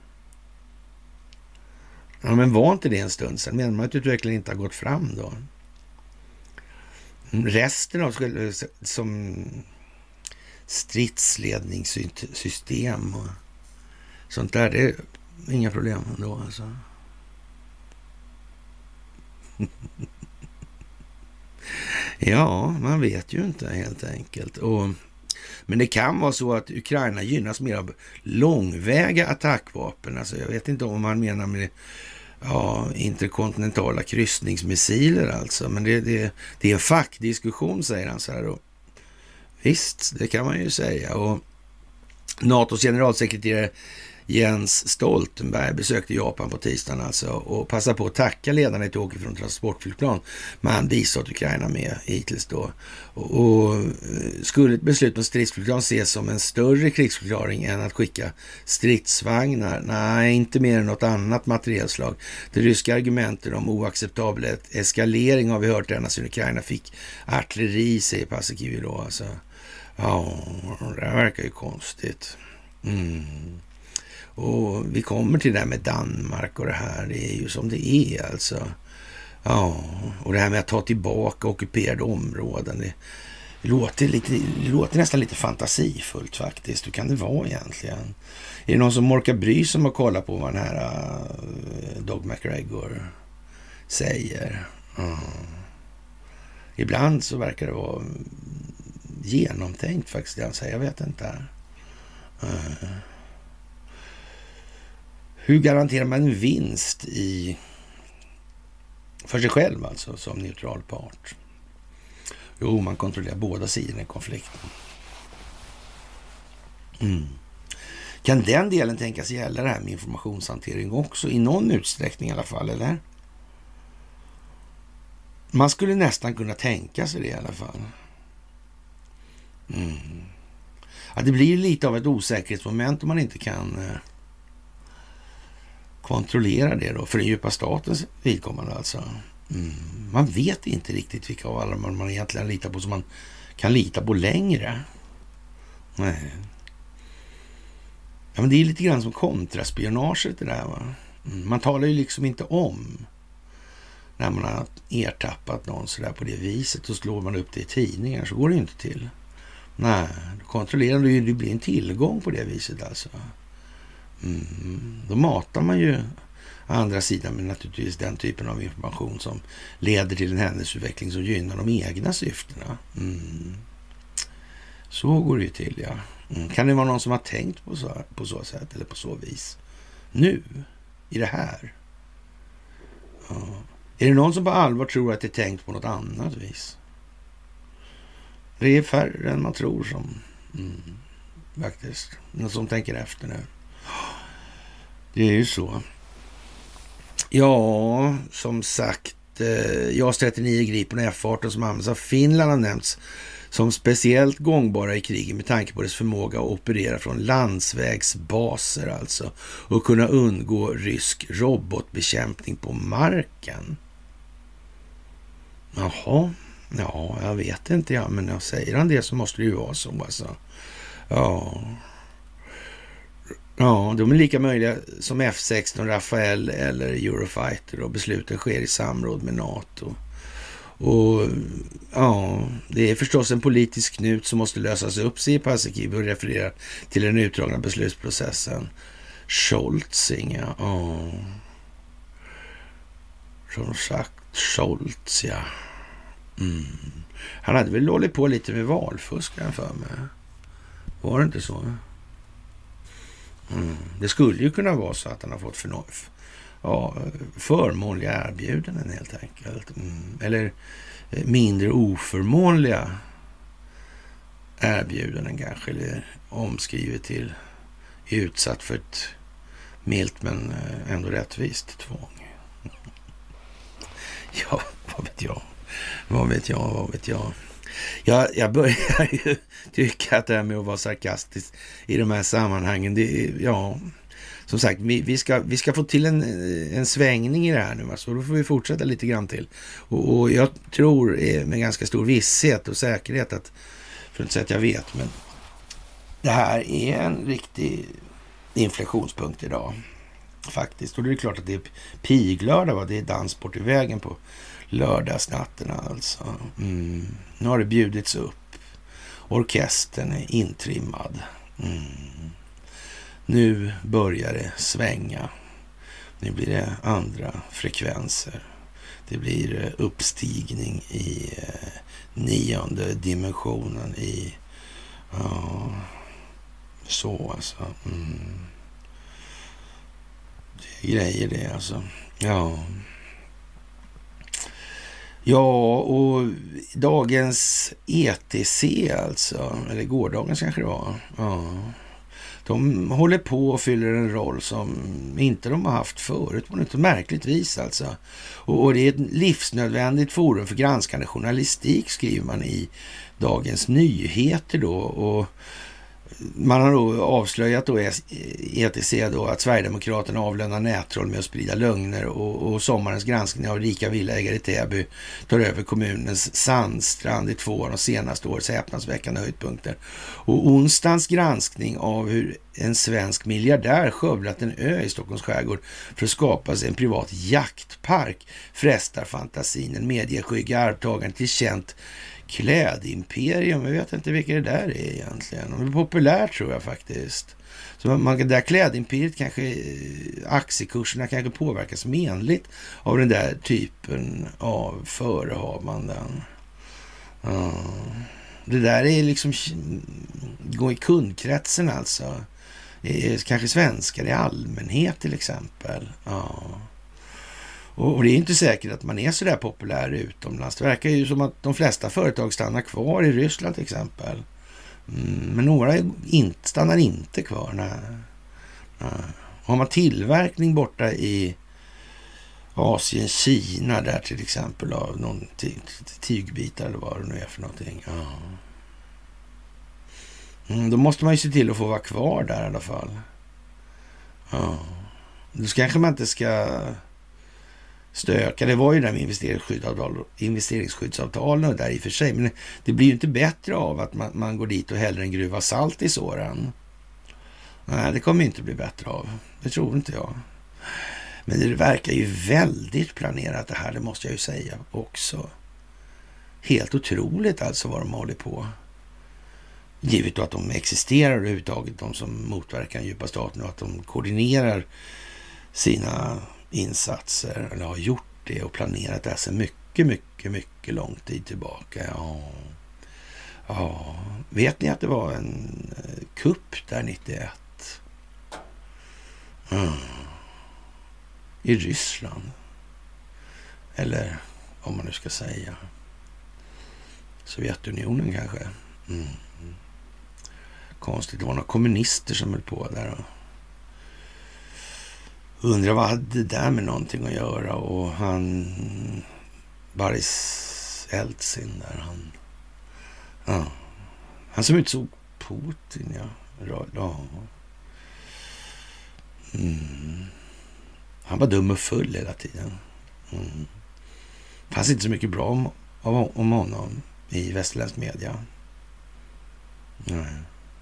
Ja, men var inte det en stund sedan? Menar man att utvecklingen inte har gått fram då? Resten av som stridsledningssystem och sånt där, det är inga problem ändå alltså. Ja, man vet ju inte helt enkelt. Men det kan vara så att Ukraina gynnas mer av långväga attackvapen. Alltså jag vet inte om man menar med interkontinentala kryssningsmissiler alltså. Men det är en fackdiskussion, säger han så här då. Visst, det kan man ju säga. Och NATOs generalsekreterare Jens Stoltenberg besökte Japan på tisdagen alltså och passade på att tacka ledarna i Tokyo från transportflygplan man bistått Ukraina med hittills då. Och skulle ett beslut om stridsflygplan ses som en större krigsförklaring än att skicka stridsvagnar? Nej, inte mer än något annat materielslag. Det ryska argumentet om oacceptabel eskalering har vi hört ända sedan Ukraina fick artilleri, säger Paasikivi då alltså. Ja, det här verkar ju konstigt. Och vi kommer till det där med Danmark och det här. Det är ju som det är alltså. Ja, och det här med att ta tillbaka ockuperade områden. Det låter nästan lite fantasifullt faktiskt. Hur kan det vara egentligen? Är det någon som orkar bry sig om att kolla på vad den här Doug McGregor säger? Ibland så verkar det vara genomtänkt faktiskt det han säger. Jag vet inte. Hur garanterar man en vinst för sig själv alltså som neutral part? Jo, man kontrollerar båda sidorna i konflikten. Kan den delen tänkas gälla det här med informationshantering också? I någon utsträckning i alla fall, eller? Man skulle nästan kunna tänka sig det i alla fall. Ja, det blir lite av ett osäkerhetsmoment om man inte kan kontrollera det då. För den djupa statens vidkommande alltså. Man vet inte riktigt vilka av alla man egentligen litar på som man kan lita på längre. Nej. Ja, men det är lite grann som kontraspionaget det där, va? Man talar ju liksom inte om när man har ertappat någon sådär på det viset och slår man upp det i tidningar så går det ju inte till. Nej, då kontrollerar du ju, det blir en tillgång på det viset alltså. Då matar man ju andra sidan med naturligtvis den typen av information som leder till en händelseutveckling som gynnar de egna syftena. Så går det ju till, ja. Kan det vara någon som har tänkt på så sätt eller på så vis? Nu, i det här. Ja. Är det någon som på allvar tror att det är tänkt på något annat vis? Det är färre än man tror som faktiskt. Någon som tänker efter nu. Det är ju så. Ja, som sagt, JAS 39 Gripen och F-18 som används av Finland har nämnts som speciellt gångbara i kriget med tanke på dess förmåga att operera från landsvägsbaser alltså och kunna undgå rysk robotbekämpning på marken. Jaha, ja, jag vet inte, ja, men jag säger han det så måste det ju vara så alltså. Ja, de är lika möjliga som F-16 Rafael eller Eurofighter och besluten sker i samråd med NATO. Och ja, det är förstås en politisk knut som måste lösas upp, säger Paasikivi och refererar till den utdragna beslutsprocessen. Scholzing, ja. Som sagt, Scholz, ja. Han hade väl hållit på lite med valfusk för mig. Var det inte så? Det skulle ju kunna vara så att han har fått förmånliga erbjudanden helt enkelt. Eller mindre oförmånliga erbjudanden kanske. Eller omskrivet till utsatt för ett milt men ändå rättvist tvång. Ja, vad vet jag. Jag börjar ju tycka att det här med att vara sarkastisk i de här sammanhangen, som sagt, vi ska få till en svängning i det här nu, alltså, då får vi fortsätta lite grann till. Och jag tror med ganska stor visshet och säkerhet att, för att inte säga att jag vet, men det här är en riktig inflationspunkt idag faktiskt. Och det är klart att det är piglördag, va? Det är danssport i vägen på lördagsnatterna alltså. Nu har det bjudits upp. Orkestern är intrimmad. Nu börjar det svänga. Nu blir det andra frekvenser. Det blir uppstigning i 9:e dimensionen i så alltså. Det är grejer det alltså. Ja, och dagens ETC alltså, eller gårdagens kanske det var. De håller på och fyller en roll som inte de har haft förut på något märkligt vis alltså. Och det är ett livsnödvändigt forum för granskande journalistik, skriver man i Dagens Nyheter då. Och man har då avslöjat då ETC då att Sverigedemokraterna avlönar nättroll med att sprida lögner och sommarens granskning av rika villaägare i Täby tar över kommunens sandstrand i 2 av de senaste årets häpnadsväckande höjdpunkter. Och onsdagens granskning av hur en svensk miljardär skövlat en ö i Stockholms skärgård för att skapa sig en privat jaktpark frestar fantasin. En medieskygga arvtagaren till känt klädimperium. Jag vet inte vilka det där är egentligen. Det är populärt tror jag faktiskt. Så det där klädimperiet kanske, aktiekurserna kanske påverkas menligt av den där typen av förehavanden. Det där är liksom gå i kundkretsen alltså. Kanske svenskar i allmänhet till exempel. Ja. Och det är inte säkert att man är så där populär utomlands. Det verkar ju som att de flesta företag stannar kvar i Ryssland till exempel. Men några stannar inte kvar. Nej. Har man tillverkning borta i Asien, Kina där till exempel av någon tygbitar eller vad det nu är för någonting. Ja. Då måste man ju se till att få vara kvar där i alla fall. Ja. Då kanske man inte ska stöka. Det var ju där med investeringsskyddsavtalen där i och för sig. Men det blir ju inte bättre av att man går dit och häller en gruva salt i såren. Nej, det kommer inte bli bättre av. Det tror inte jag. Men det verkar ju väldigt planerat det här, det måste jag ju säga också. Helt otroligt alltså vad de håller på. Givet då att de existerar överhuvudtaget, de som motverkar den djupa staten och att de koordinerar sina insatser eller har gjort det och planerat det här så mycket lång tid tillbaka. Ja. Vet ni att det var en kupp där 91? I Ryssland. Eller om man nu ska säga Sovjetunionen kanske. Konstigt, det var några kommunister som höll på där och undrar vad hade det där med någonting att göra. Och han Boris Eltsin där, han som utsåg Putin, ja. Han var dum och full hela tiden. Det fanns inte så mycket bra om honom i västerländsk media. Nej.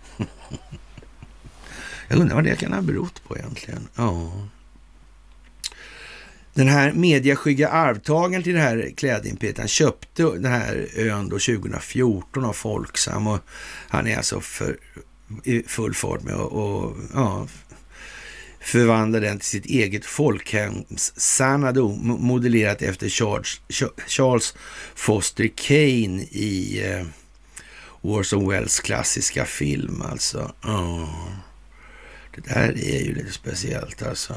Jag undrar vad det kan ha berott på egentligen. Ja. Den här medieskygga arvtagaren till det här klädimperiet, han köpte den här ön då 2014 av Folksam och han är alltså i full fart med att förvandla den till sitt eget folkhem Xanadu, modellerat efter Charles Foster Kane i Orson Welles klassiska film alltså. Det där är ju lite speciellt alltså.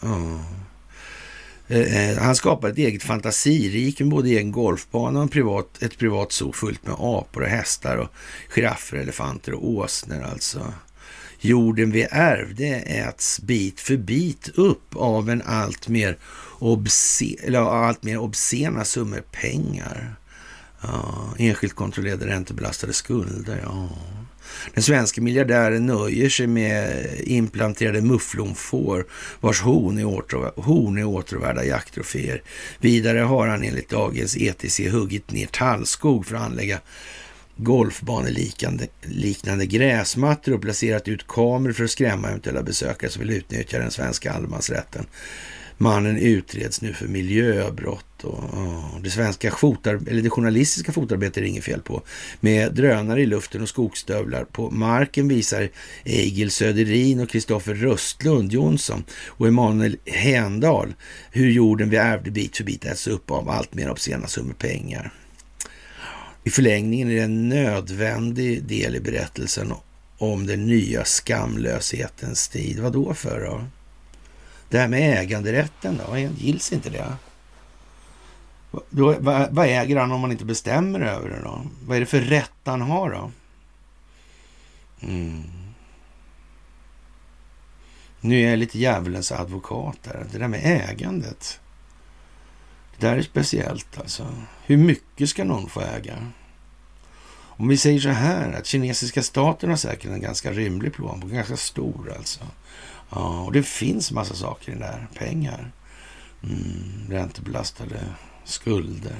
Han skapade ett eget fantasirik med både egen golfbana och ett privat zoo fullt med apor och hästar och giraffer, elefanter och åsnor alltså. Jorden vi ärvde äts bit för bit upp av en allt mer obscena summor pengar. Ja, enskilt kontrollerade räntebelastade skulder. Ja. Den svenska miljardären nöjer sig med implanterade mufflonfår vars horn är återvärda jakttroféer. Vidare har han enligt dagens ETC huggit ner tallskog för att anlägga golfbaneliknande gräsmattor och placerat ut kameror för att skrämma eventuella besökare som vill utnyttja den svenska allemansrätten. Mannen utreds nu för miljöbrott och det journalistiska fotarbetet är inget fel på. Med drönare i luften och skogsstövlar på marken visar Egil Söderin och Kristoffer Röstlund Jonsson och Emanuel Hendal hur jorden vi ärvde bit för bit äts upp av allt mer obscena summor pengar. I förlängningen är det en nödvändig del i berättelsen om den nya skamlöshetens tid. Vad då för då? Det här med äganderätten då, gills inte det? Vad äger han om man inte bestämmer över det då? Vad är det för rätt han har då? Nu är jag lite djävulens advokat där. Det där med ägandet. Det där är speciellt alltså. Hur mycket ska någon få äga? Om vi säger så här, att kinesiska staten har säkert en ganska rymlig plånbok, ganska stor alltså. Ja, och det finns massa saker i den där. Pengar, räntebelastade skulder.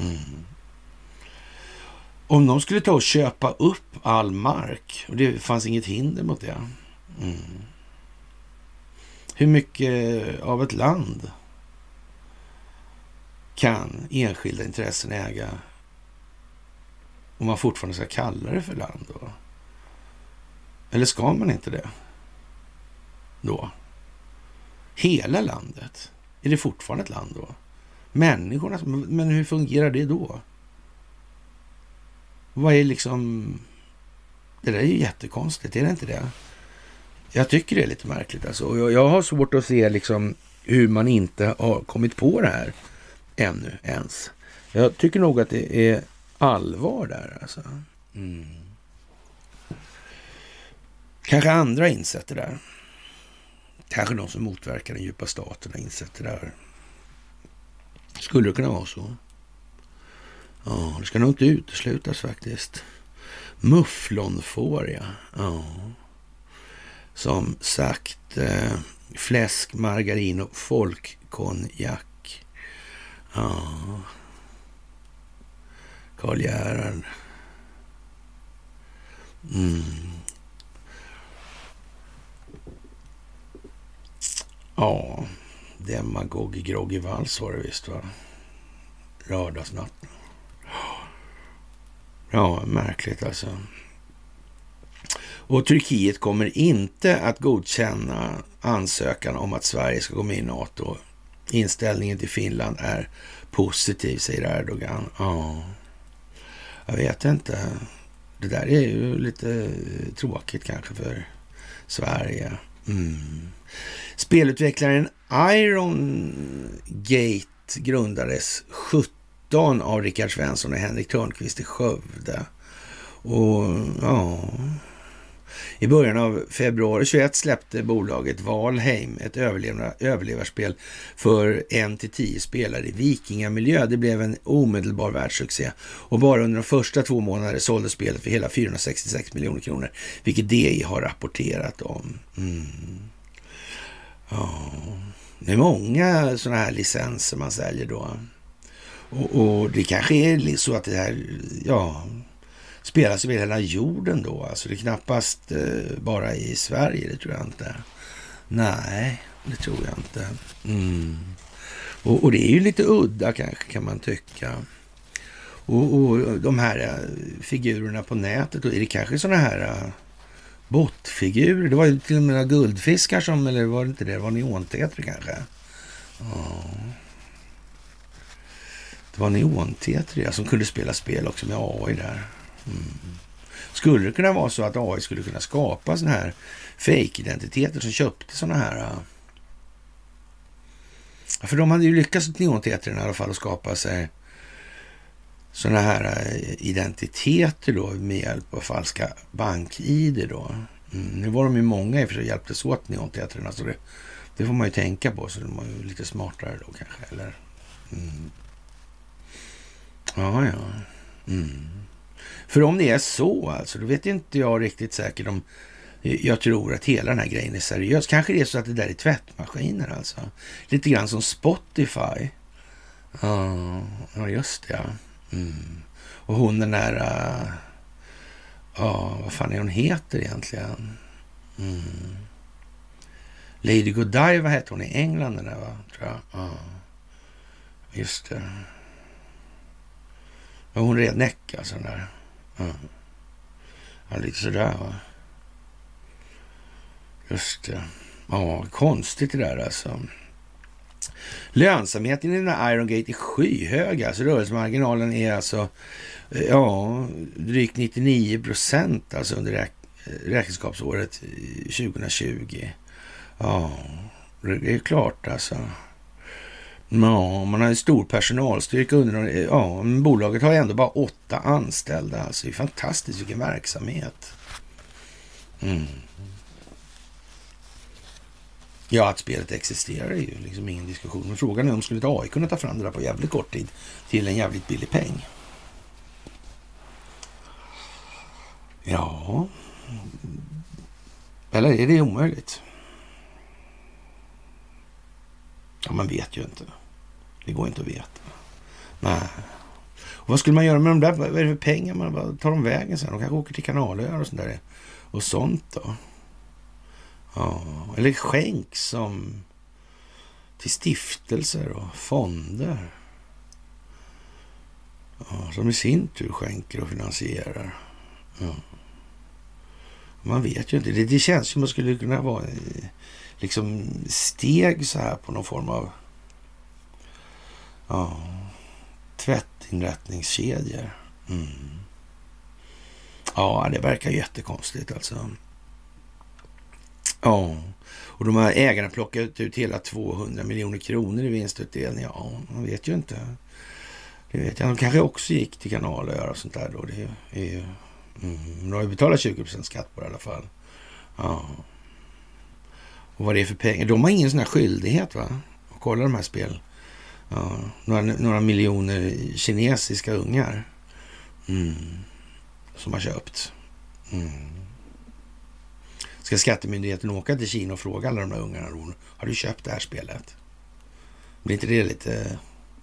Om de skulle ta och köpa upp all mark, och det fanns inget hinder mot det. Hur mycket av ett land kan enskilda intressen äga om man fortfarande ska kalla det för land då? Eller ska man inte det då? Hela landet, är det fortfarande ett land då? Människorna, men hur fungerar det då? Vad är liksom... Det där är ju jättekonstigt, är det inte det? Jag tycker det är lite märkligt alltså. Och jag har svårt att se liksom hur man inte har kommit på det här ännu ens. Jag tycker nog att det är allvar där alltså. Kanske andra insett det där. Kanske de som motverkar den djupa staten har insett det där. Skulle det kunna vara så? Ja, det ska nog inte uteslutas faktiskt. Mufflonfår, ja. Som sagt, fläsk, margarin och folkkonjak. Ja. Karl Gerhard. Ja, demagog i groggy vals var det visst, va? Lördagsnatten. Ja, märkligt alltså. Och Turkiet kommer inte att godkänna ansökan om att Sverige ska gå med i NATO. Inställningen till Finland är positiv, säger Erdogan. Ja, jag vet inte. Det där är ju lite tråkigt kanske för Sverige. Spelutvecklaren Iron Gate grundades 17 av Rickard Svensson och Henrik Törnqvist i Skövde. Och ja, i början av februari 21 släppte bolaget Valheim ett överlevarspel för 1-10 spelare i vikingamiljö. Det blev en omedelbar världssuccé och bara under de första 2 månaderna sålde spelet för hela 466 miljoner kronor, vilket DI har rapporterat om. Ja, det är många sådana här licenser man säljer då. Och det kanske är så att det här, spelas över hela jorden då. Alltså det är knappast bara i Sverige, det tror jag inte. Nej, det tror jag inte. Och det är ju lite udda kanske, kan man tycka. Och de här figurerna på nätet, då är det kanske sådana här bottfigurer. Det var ju till och med guldfiskar som, eller var det inte det? Det var neonteater kanske. Ja. Det var neonteater som kunde spela spel också med AI där. Skulle det kunna vara så att AI skulle kunna skapa såna här fake-identiteter som köpte såna här... För de hade ju lyckats åt neonteatern i alla fall att skapa sig såna här identiteter då med hjälp av falska bank-ID då. Nu var de ju många i och för sig hjälptes åt neonteatrarna, så det får man ju tänka på, så de var ju lite smartare då kanske, eller... Ja. För om det är så alltså, då vet inte jag riktigt säkert om jag tror att hela den här grejen är seriös. Kanske det är så att det där är tvättmaskiner alltså. Lite grann som Spotify. Ja, just det. Och hon den där... vad fan är hon heter egentligen? Lady Godiva hette hon i England, den där, va? Tror jag. Ja. Just det. Ja, hon redneck alltså, den där. Ja, lite sådär, va? Just det. Ja, konstigt det där alltså. Lönsamheten i den här Iron Gate är skyhög. Alltså rörelsemarginalen är alltså drygt 99% alltså under räkenskapsåret 2020. Ja, det är klart alltså. Ja, man har en stor personalstyrka under men bolaget har ändå bara 8 anställda. Alltså det är fantastiskt vilken verksamhet. Ja, att spelet existerar är ju liksom ingen diskussion. Men frågan är om skulle AI kunna ta fram det där på jävligt kort tid till en jävligt billig peng. Ja, eller är det omöjligt? Ja, man vet ju inte. Det går inte att veta. Nej. Och vad skulle man göra med de där? Vad är det för pengar? Man bara tar de vägen sen? De kanske åker till Kanalöar och sånt där. Och sånt då. Ja, eller skänk som till stiftelser och fonder. Ja, som i sin tur skänker och finansierar. Ja. Man vet ju inte. Det känns som man skulle kunna vara liksom steg så här på någon form av tvättinrättningskedjor. Ja, det verkar jättekonstigt alltså. Ja, och de här ägarna plockat ut hela 200 miljoner kronor i vinstutdelning. Ja, man vet ju inte. Det vet jag. De kanske också gick till Kanalöar och sånt där då. Det är ju... de har ju betalat 20% skatt på det i alla fall. Ja. Och vad det är för pengar. De har ingen sån här skyldighet, va? Att kolla de här spel. Ja. Några miljoner kinesiska ungar. Som har köpt. Ska skattemyndigheten åka till Kina och fråga alla de där ungarna då? Har du köpt det här spelet? Blir inte det lite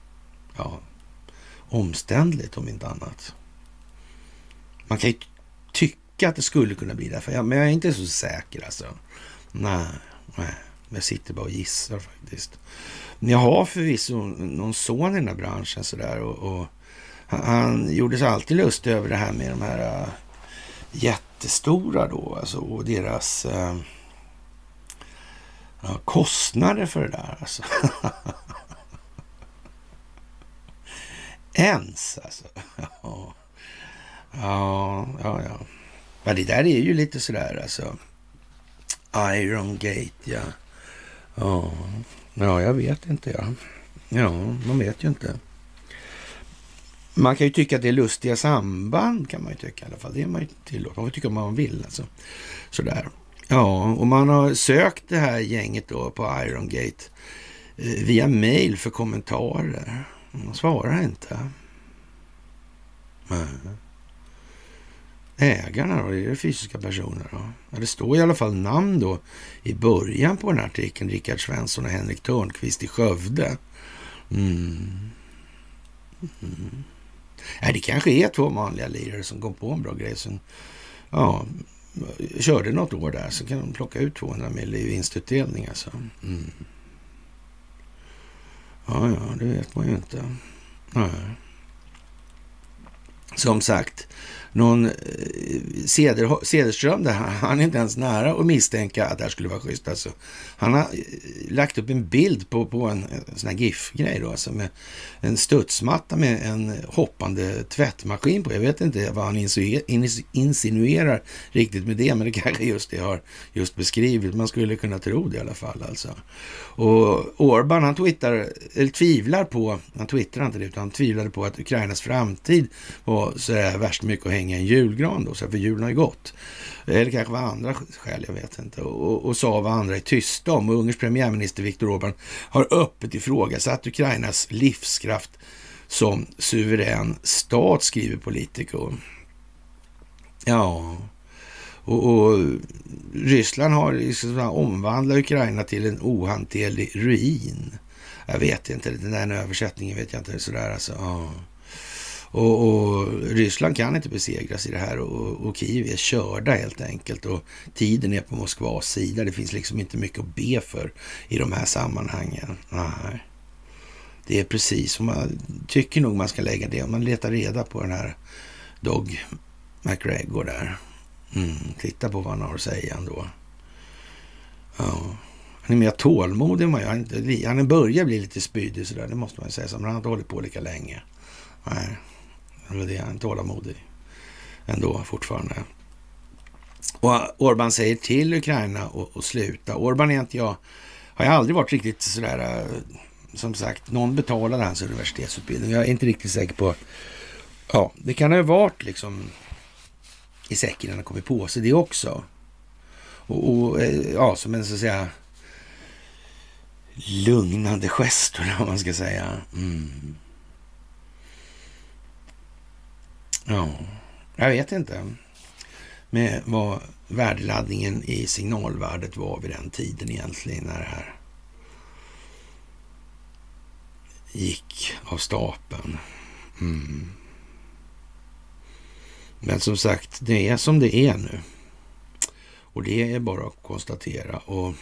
omständligt om inte annat? Man kan ju tycka att det skulle kunna bli det, men jag är inte så säker alltså. Nej, jag sitter bara och gissar faktiskt. Men jag har förvisso någon son i den här branschen sådär och han gjorde sig alltid lust över det här med de här jättestora då, alltså, och deras kostnader för det där alltså. Ens alltså. Ja. Men det där är ju lite sådär alltså. Iron Gate, ja. Ja, jag vet inte, ja, man vet ju inte. Man kan ju tycka att det är lustiga samband, kan man ju tycka i alla fall. Det är man ju tillåt. Man får tycka om man vill alltså. Sådär. Ja, och man har sökt det här gänget då på Iron Gate via mail för kommentarer. Man svarar inte. Ägarna då, det är det fysiska personer då. Ja, det står i alla fall namn då i början på den här artikeln. Rickard Svensson och Henrik Törnqvist i Skövde. Ja, det kanske är två vanliga lirare som kom på en bra grej. Som, körde något år där så kan de plocka ut 200 mil i vinstutdelning alltså. Ja, det vet man ju inte. Nej. Som sagt, någon Cederström där, han är inte ens nära att misstänka att det här skulle vara schysst alltså. Han har lagt upp en bild på en sån här GIF-grej då, alltså med en studsmatta med en hoppande tvättmaskin på. Jag vet inte vad han insinuerar riktigt med det, men det kanske just det har just beskrivit. Man skulle kunna tro det i alla fall alltså. Och Orban, han tvivlade på att Ukrainas framtid var så här värst mycket att hänga en julgran då, så för julen har ju gått. Eller kanske var andra skäl, jag vet inte. Och sa vad andra är tysta om. Och Ungerns premiärminister Viktor Orban har öppet ifrågasatt Ukrainas livskraft som suverän stat, skriver Politico. Ja, och Ryssland har liksom omvandlat Ukraina till en ohanterlig ruin. Jag vet inte, den där översättningen vet jag inte sådär alltså. Ja. Och Ryssland kan inte besegras i det här och Kiev är körda helt enkelt och tiden är på Moskvas sida. Det finns liksom inte mycket att be för i de här sammanhangen. Nej. Det är precis som man tycker nog man ska lägga det. Om man letar reda på den här Dog McGregor där. Titta på vad han har att säga ändå. Ja. Han är mer tålmodig än man gör. Han börjar bli lite spydig sådär, det måste man säga. Så han har inte hållit på lika länge. Nej, det är han tålamodig ändå fortfarande. Och Orban säger till Ukraina och sluta. Orban är inte jag, har jag aldrig varit riktigt sådär, som sagt, någon betalade hans universitetsutbildning. Jag är inte riktigt säker på, det kan ha varit liksom i säcken när han kommit på sig det också. Och som en så att säga lugnande gest, om man ska säga. Ja, jag vet inte. med vad värdeladdningen i signalvärdet var vid den tiden egentligen när det här gick av stapeln. Men som sagt, det är som det är nu. Och det är bara att konstatera. Och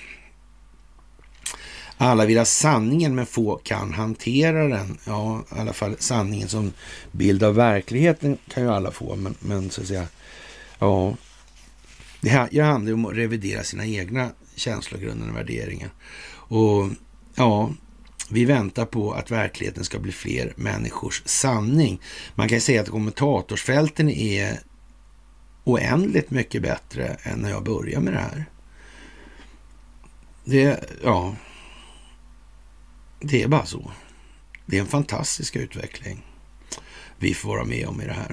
alla vill ha sanningen, men få kan hantera den. Ja, i alla fall sanningen som bild av verkligheten kan ju alla få. Men så att säga, ja, det här handlar om att revidera sina egna känslogrunder och värderingar. Och ja, vi väntar på att verkligheten ska bli fler människors sanning. Man kan ju säga att kommentatorsfälten är oändligt mycket bättre än när jag började med det här. Det är bara så. Det är en fantastisk utveckling vi får vara med om i det här.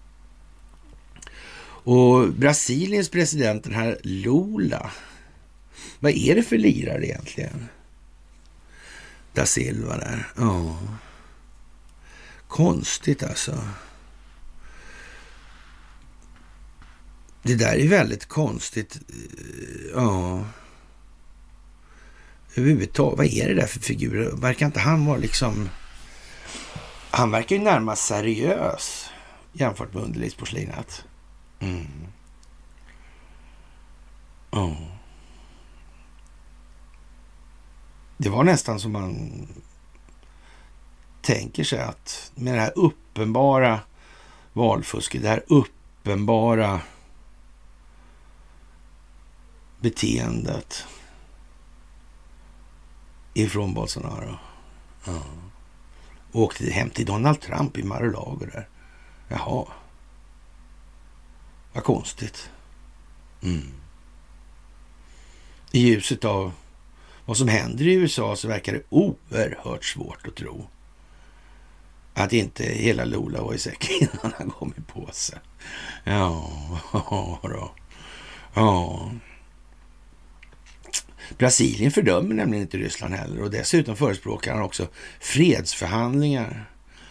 Och Brasiliens president, den här Lula, vad är det för lirare egentligen? Da Silva där. Ja. Konstigt alltså. Det där är väldigt konstigt. Ja. Överhuvudtaget, vad är det där för figurer? Verkar inte han vara liksom... Han verkar ju närmast seriös jämfört med underlivsporslinet. Ja. Det var nästan som man tänker sig att med det här uppenbara valfusket, det här uppenbara beteendet ifrån Bolsonaro. Ja. Åkte hem till Donald Trump i Mar-a-Lago där. Jaha. Vad konstigt. I ljuset av vad som händer i USA så verkar det oerhört svårt att tro att inte hela Lula var i säcken innan han kom i påse. Ja, då. Ja. Brasilien fördömer nämligen inte Ryssland heller, och dessutom förespråkar han också fredsförhandlingar.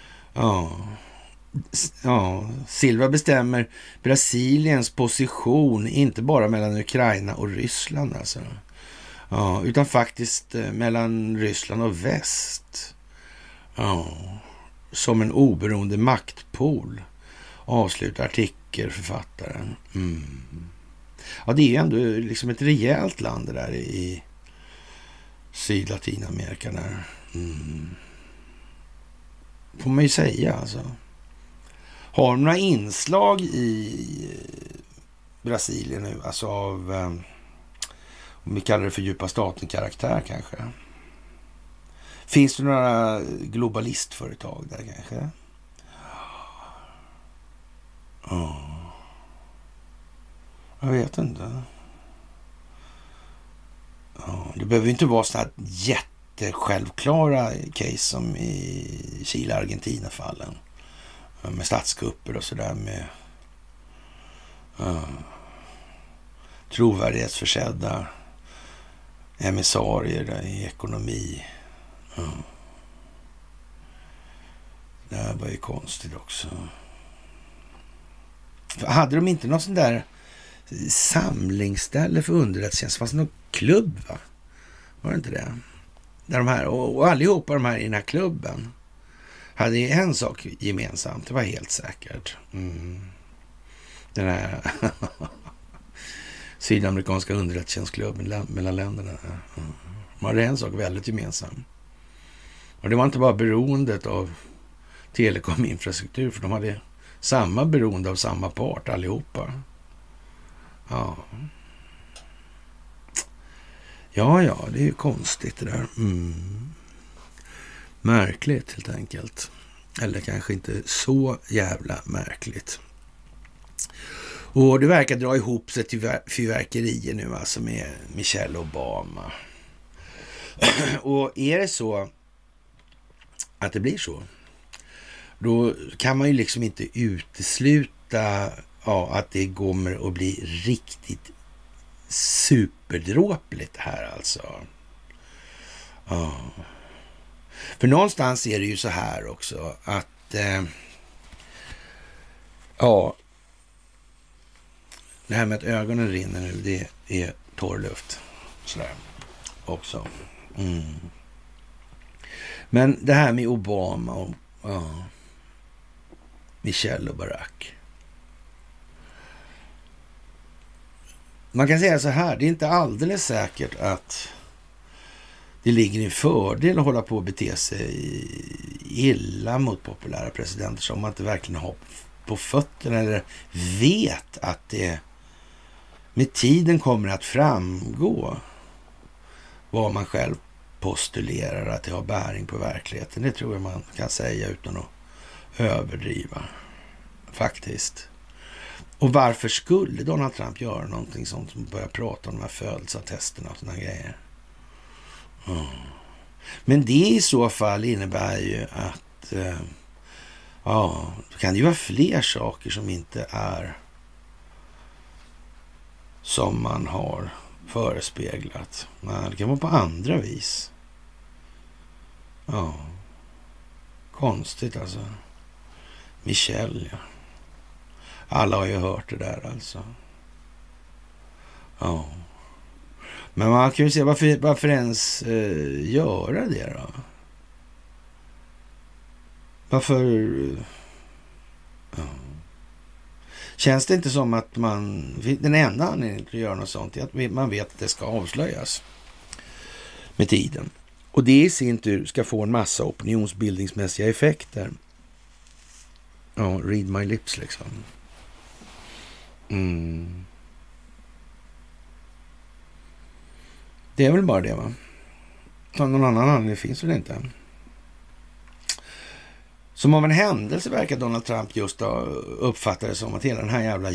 Ja, Silva bestämmer Brasiliens position inte bara mellan Ukraina och Ryssland alltså. Ja, utan faktiskt mellan Ryssland och väst. Ja, som en oberoende maktpol, avslutar artikelförfattaren. Ja, det är ju ändå liksom ett rejält land det där i Sydlatinamerika där. Får man ju säga alltså. Har de några inslag i Brasilien nu, alltså av, om vi kallar det för djupa staten-karaktär kanske? Finns det några globalistföretag där kanske? Jag vet inte. Det behöver inte vara så här jättesjälvklara case som i Chile-Argentina-fallen. Med statskupper och sådär, med trovärdighetsförsedda emissarier där i ekonomi. Det här var ju konstigt också. Hade de inte någon sån där samlingsställe för underrättelsetjänst? Fanns det någon klubb, va? Var det inte det? Där de här, och allihopa de här i den här klubben hade en sak gemensamt, det var helt säkert. Den här sydamerikanska underrättelsetjänstklubben mellan länderna. De hade en sak väldigt gemensam. Och det var inte bara beroendet av telekominfrastruktur, för de hade samma beroende av samma part allihopa. Ja, det är ju konstigt det där. Märkligt helt enkelt. Eller kanske inte så jävla märkligt. Och det verkar dra ihop sig till fyrverkerier nu alltså med Michelle Obama. Och är det så att det blir så, då kan man ju liksom inte utesluta att det kommer att bli riktigt superdråpligt här alltså. För någonstans är det ju så här också att Det här med att ögonen rinner nu, det är torrluft. Sådär också. Men det här med Obama och Michelle och Barack. Man kan säga så här, det är inte alldeles säkert att det ligger en fördel att hålla på och bete sig illa mot populära presidenter som man inte verkligen har på fötterna eller vet att det med tiden kommer att framgå vad man själv postulerar att det har bäring på verkligheten. Det tror jag man kan säga utan att överdriva faktiskt. Och varför skulle Donald Trump göra någonting sånt som börja prata om de här födelseattesterna och såna grejer? Men det i så fall innebär ju att då kan det ju vara fler saker som inte är som man har förespeglat. Nej, det kan vara på andra vis. Ja, konstigt alltså. Michelle, ja. Alla har ju hört det där alltså. Ja. Men man kan ju se varför ens göra det då? Varför... Ja. Känns det inte som att den enda anledningen till att göra något sånt är att man vet att det ska avslöjas med tiden. Och det i sin tur ska få en massa opinionsbildningsmässiga effekter. Ja, read my lips liksom. Det är väl bara det, va? Någon annan anledning finns väl inte. Som av en händelse verkar Donald Trump just då uppfatta det som att hela den här jävla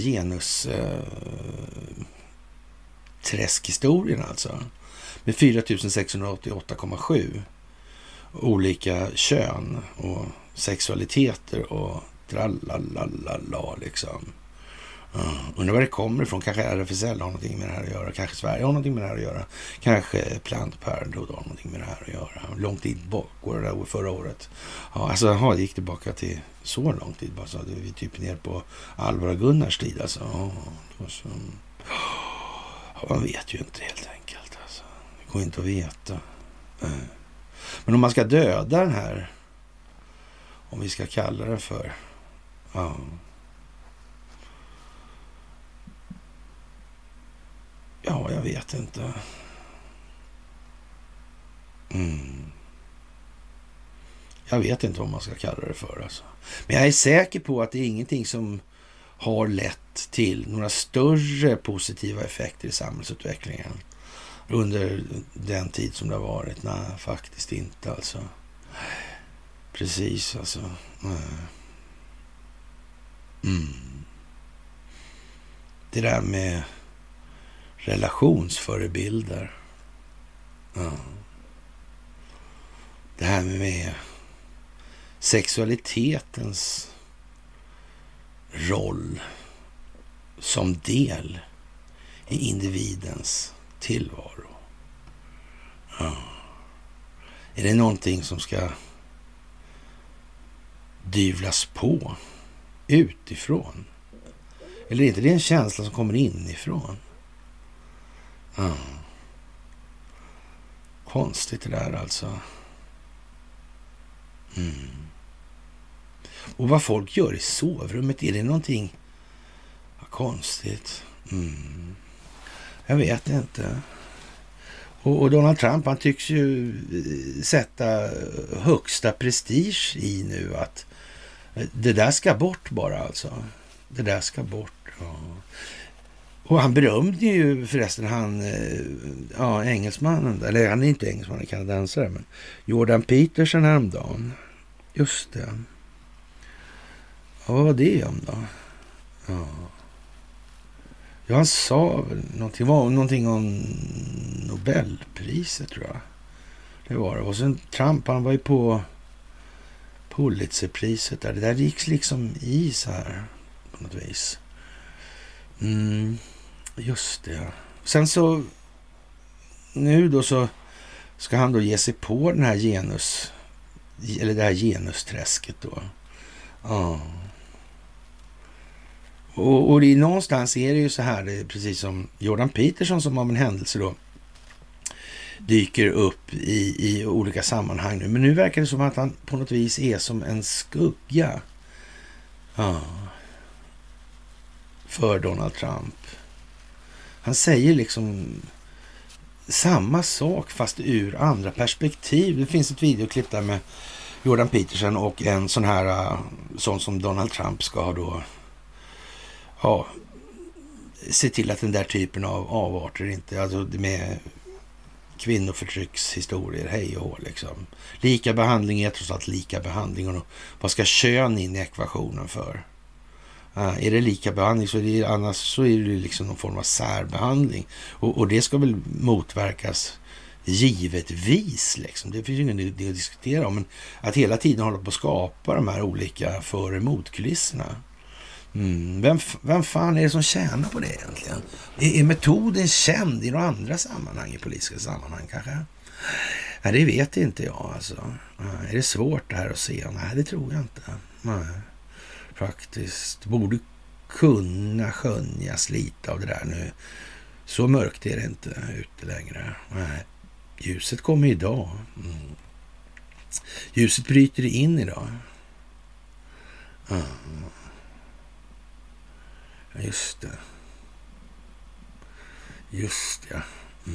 genus-träskhistorien alltså. Med 4688,7 olika kön och sexualiteter och tralala liksom. Undrar var det kommer ifrån. Kanske RFSL har någonting med det här att göra. Kanske Sverige har någonting med det här att göra. Kanske Planned Parenthood har någonting med det här att göra. Långt tid bak går det där det förra året. Ja, alltså det gick tillbaka till så lång tid. Bara så vi typ ner på Alvar och Gunnars tid. Alltså. Man vet ju inte helt enkelt. Alltså. Det går inte att veta. Men om man ska döda den här, om vi ska kalla det för ja, jag vet inte. Jag vet inte vad man ska kalla det för alltså. Men jag är säker på att det är ingenting som har lett till några större positiva effekter i samhällsutvecklingen under den tid som det har varit. Nej, faktiskt inte alltså. Precis alltså. Det där med relationsförebilder. Ja. Det här med sexualitetens roll som del i individens tillvaro. Ja. Är det någonting som ska dyvlas på utifrån? Eller är inte det en känsla som kommer inifrån? Konstigt det där alltså. Och vad folk gör i sovrummet, är det någonting konstigt? Jag vet inte. Och Donald Trump, han tycks ju sätta högsta prestige i nu att det där ska bort bara alltså. Det där ska bort, ja. Och han berömde ju förresten engelsmannen, eller han är inte engelsman, han är kanadensare, men Jordan Peterson häromdagen. Just det. Ja, vad var det om då? Ja, han sa väl någonting om Nobelpriset tror jag. Det var det. Och sen Trump, han var ju på Pulitzerpriset där. Det där gick liksom i så här på något vis. Just det. Sen så nu då så ska han då ge sig på den här det här genusträsket då. Ja. Och det är, någonstans är det ju så här, det är precis som Jordan Peterson som av en händelse då dyker upp i olika sammanhang nu. Men nu verkar det som att han på något vis är som en skugga för Donald Trump. Han säger liksom samma sak fast ur andra perspektiv. Det finns ett videoklipp där med Jordan Peterson och en sån som Donald Trump ska ha då se till att den där typen av avarter inte, alltså med kvinnoförtryckshistorier, hej och hå liksom. Lika behandling är trots allt lika behandling, och vad ska kön in i ekvationen för? Är det lika behandling så är det, annars så är det liksom någon form av särbehandling. Och det ska väl motverkas givetvis liksom. Det finns ju ingen idé att diskutera om, men att hela tiden hålla på att skapa de här olika för- och motkulisserna. Vem fan är det som tjänar på det egentligen? Är metoden känd i några andra sammanhang, i politiska sammanhang kanske? Nej, det vet inte jag alltså. Är det svårt det här att se? Nej, det tror jag inte. Nej, faktiskt. Borde kunna skönjas lite av det där nu. Så mörkt är det inte ute längre. Nej, ljuset kommer idag. Ljuset bryter in idag. Just det. Just ja.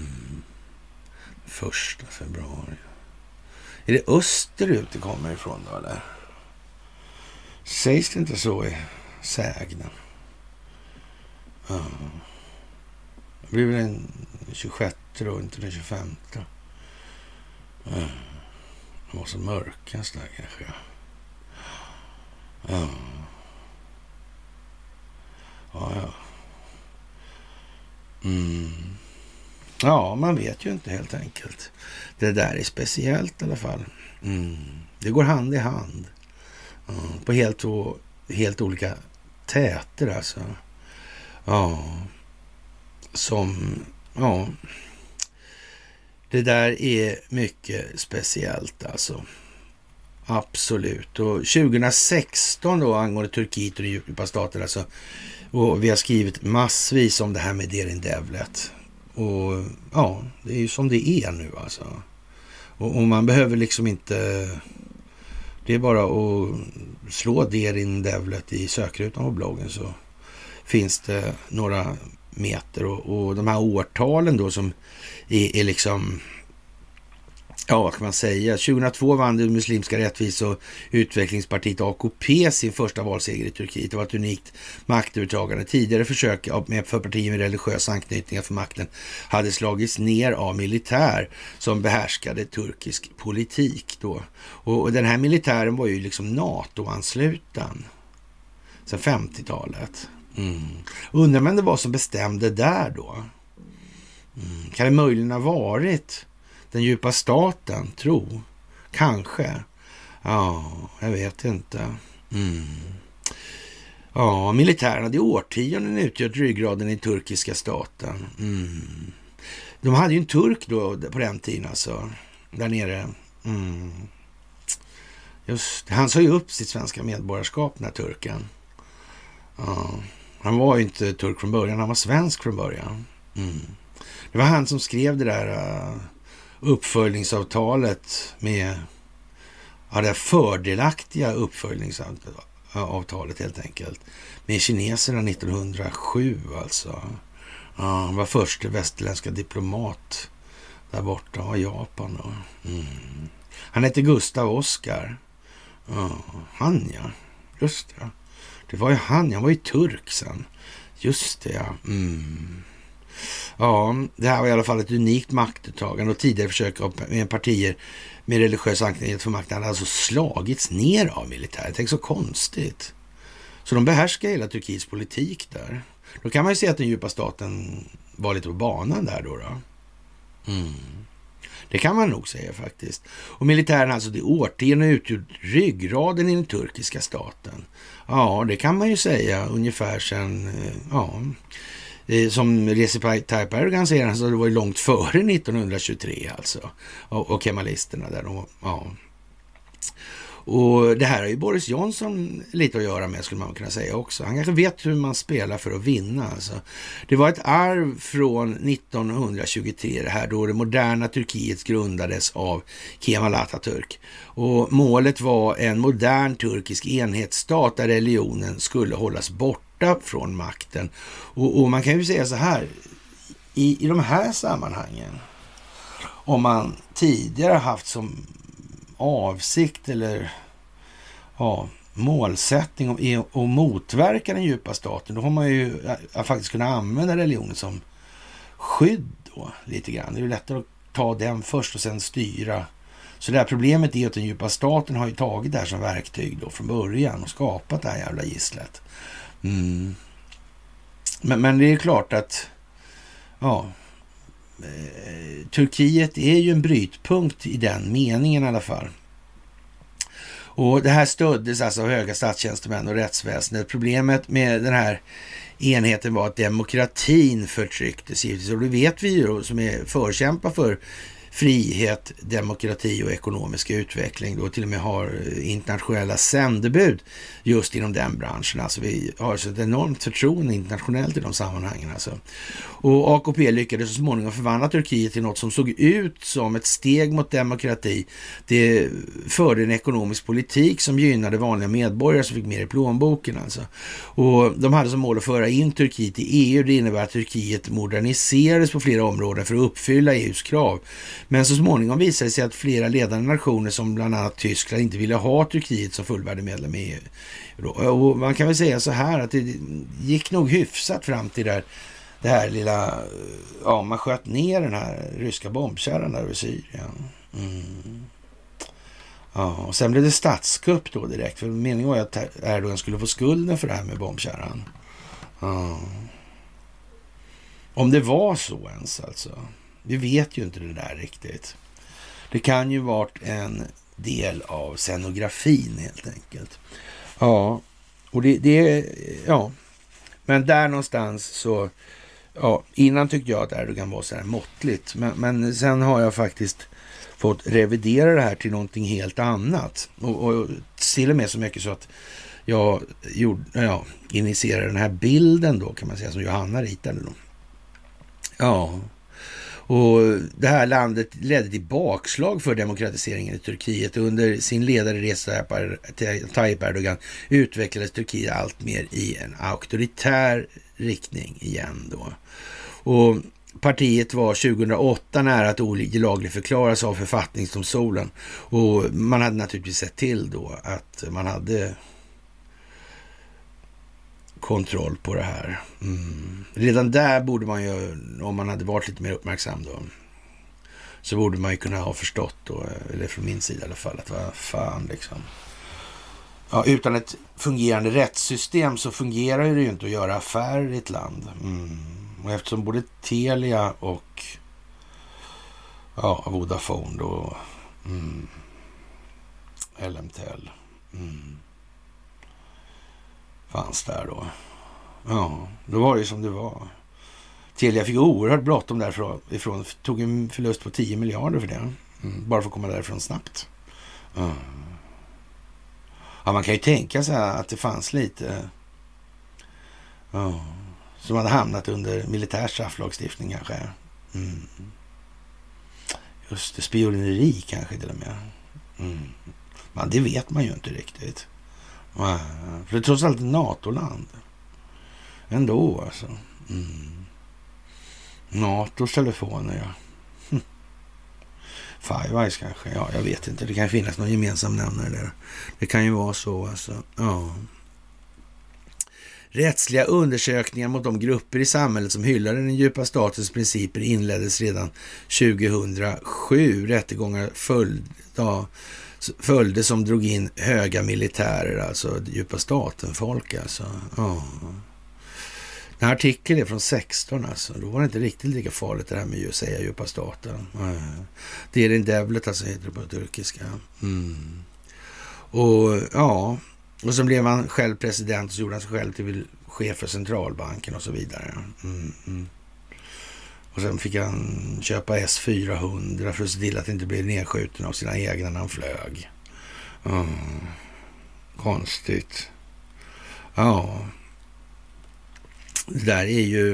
1 februari. Är det österut det kommer ifrån då, eller? Sägs det inte så i sägnen? Det blir väl den 26 då, inte den 25. Det var så mörkast där kanske. Ja. Ja, man vet ju inte helt enkelt. Det där är speciellt i alla fall. Det går hand i hand. På helt olika täter alltså. Det där är mycket speciellt alltså. Absolut. Och 2016 då angående Turkiet och den djupa staten alltså. Och vi har skrivit massvis om det här med Derin Devlet. Och det är ju som det är nu alltså. Och man behöver liksom inte... Det är bara att slå Derin Devlet i sökrutan på bloggen, så finns det några meter. Och de här årtalen då som är liksom... Ja, vad kan man säga? 2002 vann det muslimska rättvisa- och utvecklingspartiet AKP sin första valseger i Turkiet. Det var ett unikt maktövertagande. Tidigare försök för partier med religiös anknytning för makten hade slagits ner av militär som behärskade turkisk politik då. Och den här militären var ju liksom NATO-ansluten sedan 50-talet. Undrar man det var som bestämde där då? Kan det möjligen ha varit den djupa staten, tro? Kanske. Ja, jag vet inte. Ja, militären hade i årtionden utgjort ryggraden i turkiska staten. De hade ju en turk då på den tiden alltså. Där nere. Just, han sa ju upp sitt svenska medborgarskap, den här turken. Ja, han var ju inte turk från början, han var svensk från början. Det var han som skrev det där... uppföljningsavtalet med det fördelaktiga uppföljningsavtalet helt enkelt med kineserna 1907 alltså. Han var första västerländska diplomat där borta i Japan då. Han hette Gustav Oskar. Han ja, just det. Det var ju han var ju turk sen. Just det ja. Ja, det här var i alla fall ett unikt maktuttagande, och tidigare försök med partier med religiös anknytning för makten hade alltså slagits ner av militär. Tänk så konstigt. Så de behärskar hela Turkiets politik där. Då kan man ju se att den djupa staten var lite på banan där då. Det kan man nog säga faktiskt. Och militären alltså det årtionden utgjort ryggraden i den turkiska staten. Ja, det kan man ju säga ungefär sedan, som Recep Tayyip Erdogan säger, så det var ju långt före 1923 alltså. Och kemalisterna där. Och det här har ju Boris Johnson lite att göra med, skulle man kunna säga också. Han kanske vet hur man spelar för att vinna. Alltså. Det var ett arv från 1923 det här, då det moderna Turkiet grundades av Kemal Atatürk. Och målet var en modern turkisk enhetsstat där religionen skulle hållas borta från makten. Och man kan ju säga så här, i de här sammanhangen, om man tidigare haft som avsikt eller målsättning att motverka den djupa staten, då har man ju faktiskt kunnat använda religionen som skydd då, lite grann. Det är ju lättare att ta den först och sen styra. Så det här problemet är att den djupa staten har ju tagit det här som verktyg då från början och skapat det här jävla gisslet. Men det är klart att Turkiet är ju en brytpunkt i den meningen i alla fall. Och det här stöddes alltså av höga statstjänstemän och rättsväsendet. Problemet med den här enheten var att demokratin förtrycktes givetvis. Och det vet vi ju som är förkämpar för frihet, demokrati och ekonomisk utveckling, då till och med har internationella sändebud just inom den branschen. Alltså vi har så ett enormt förtroende internationellt i de sammanhangen. Alltså. Och AKP lyckades så småningom förvandla Turkiet till något som såg ut som ett steg mot demokrati. Det förde en ekonomisk politik som gynnade vanliga medborgare som fick mer i plånboken. Alltså. Och de hade som mål att föra in Turkiet i EU. Det innebär att Turkiet moderniserades på flera områden för att uppfylla EUs krav. Men så småningom visade det sig att flera ledande nationer som bland annat Tyskland inte ville ha Turkiet som fullvärdig medlem i EU. Och man kan väl säga så här att det gick nog hyfsat fram till det här lilla, man sköt ner den här ryska bombkärran där över Syrien. Ja, och sen blev det statskupp då direkt. För meningen var att Erdogan skulle få skulden för det här med bombkärran. Om det var så ens alltså. Vi vet ju inte det där riktigt. Det kan ju varit en del av scenografin helt enkelt. Ja, och men där någonstans så, innan tyckte jag att Erdogan var så här måttligt. Men sen har jag faktiskt fått revidera det här till någonting helt annat. Och till och med så mycket så att jag initierade den här bilden då, kan man säga, som Johanna ritade då. Ja. Och det här landet ledde till bakslag för demokratiseringen i Turkiet. Under sin ledare Recep Tayyip Erdogan utvecklades Turkiet allt mer i en auktoritär riktning igen då. Och partiet var 2008 nära att olagligt förklaras av författningsdomstolen. Och man hade naturligtvis sett till då att man hade kontroll på det här. Redan där borde man ju, om man hade varit lite mer uppmärksam då, så borde man ju kunna ha förstått då, eller från min sida i alla fall, att vad fan liksom. Ja, utan ett fungerande rättssystem så fungerar det ju inte att göra affärer i ett land. Och eftersom både Telia och Vodafone då, LMTL fanns där då. Ja, då var det som det var. Telia fick oerhört bråttom därifrån. Tog en förlust på 10 miljarder för det. Bara för att komma därifrån snabbt. Ja, man kan ju tänka sig att det fanns lite som hade hamnat under militär strafflagstiftning kanske. Just det, spioneri kanske till och med. Men det vet man ju inte riktigt. För det är trots allt ett NATO-land. Ändå alltså. NATOs telefoner, ja. Five Eyes kanske. Ja, jag vet inte. Det kan finnas någon gemensam nämnare där. Det kan ju vara så alltså. Ja. Rättsliga undersökningar mot de grupper i samhället som hyllade den djupa statens principer inleddes redan 2007. Rättegångar följde som drog in höga militärer, alltså djupa staten-folk alltså. Ja. Den här artikeln är från 16 alltså. Då var det inte riktigt lika farligt det här med att säga djupa staten. Det är den Devlet alltså, heter det på turkiska. Och så blev han själv president och så gjorde han sig själv till chef för centralbanken och så vidare. Och sen fick han köpa S-400 för att se till att det inte blev nedskjuten av sina egna när han flög. Konstigt. Ja. Det där är ju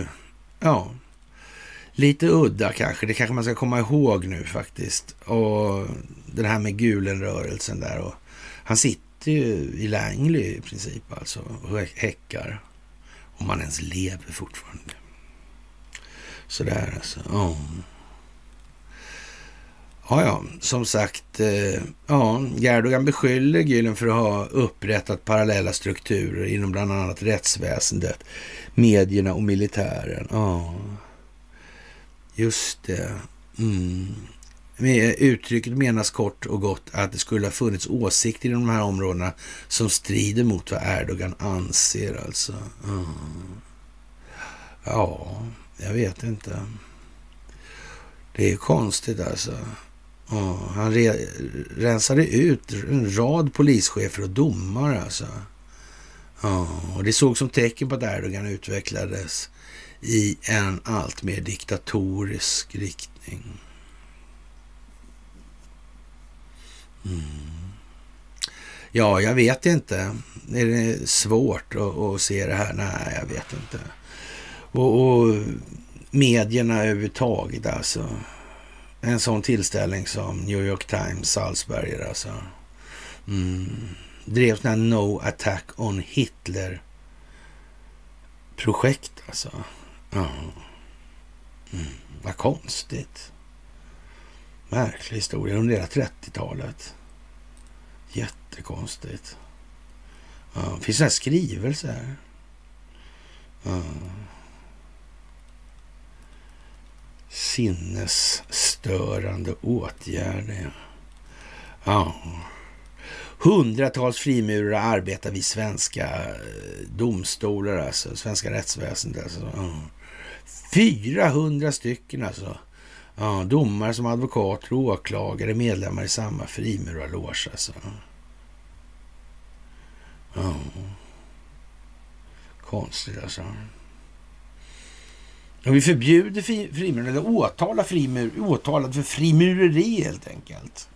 lite udda kanske. Det kanske man ska komma ihåg nu faktiskt. Och den här med Gulenrörelsen där. Och han sitter ju i Langley i princip alltså. Och häckar. Om man ens lever fortfarande. Sådär alltså. Ja, som sagt. Erdogan beskyller Gülen för att ha upprättat parallella strukturer inom bland annat rättsväsendet, medierna och militären. Just det. Med uttrycket menas kort och gott att det skulle ha funnits åsikter i de här områdena som strider mot vad Erdogan anser alltså. Ja, jag vet inte. Det är konstigt alltså. Han rensade ut en rad polischefer och domare alltså. Och det såg som tecken på att Erdogan utvecklades i en allt mer diktatorisk riktning. Ja, jag vet inte. Är det svårt att se det här? Nej, jag vet inte. Och medierna överhuvudtaget alltså. En sån tillställning som New York Times, Salzberger alltså. Drev sån här No Attack on Hitler-projekt alltså. Vad konstigt. Märklig historia under hela 30-talet. Jättekonstigt. Finns det här skrivelser? Sinnesstörande åtgärder. Hundratals frimurare arbetar vid svenska domstolar, alltså svenska rättsväsendet. Alltså. 400 stycken alltså. Domare som advokater och åklagare, medlemmar i samma frimurarloge alltså. Konstigt alltså. Och vi förbjuder frimurare, eller åtalad för frimureri helt enkelt.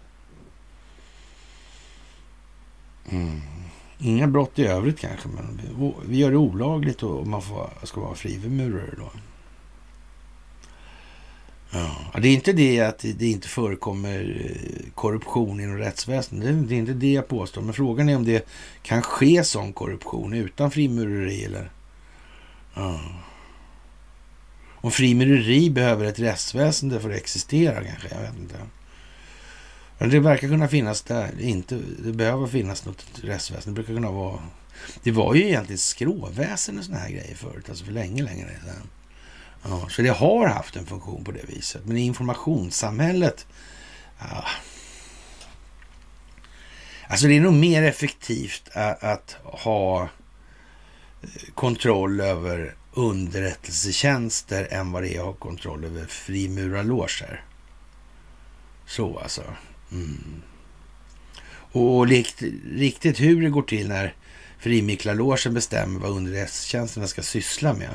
Inga brott i övrigt kanske, men vi gör det olagligt om man ska vara frimurare då. Det är inte det att det inte förekommer korruption inom rättsväsendet. Det är inte det jag påstår. Men frågan är om det kan ske sån korruption utan frimureri eller... Om frimureri behöver ett rättsväsende för att existera kanske, jag vet inte. Men det verkar kunna finnas där. Det behöver finnas något rättsväsende. Det brukar kunna vara... Det var ju egentligen skråväsen och såna här grejer förut. Alltså för länge sedan. Så det har haft en funktion på det viset. Men i informationssamhället... Alltså det är nog mer effektivt att ha kontroll över underrättelsetjänster än vad det är att ha kontroll över frimurarloger. Så alltså. Och riktigt hur det går till när frimiklarlogen bestämmer vad underrättelsetjänsterna ska syssla med.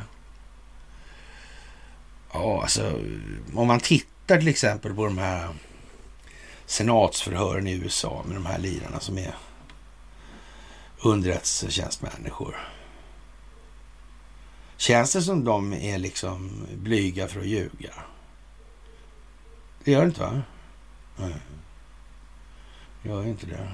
Ja, alltså om man tittar till exempel på de här senatsförhören i USA med de här lirarna som är underrättelsetjänstmänniskor. Känns det som de är liksom blyga för att ljuga? Det gör det inte, va? Nej. Gör inte det.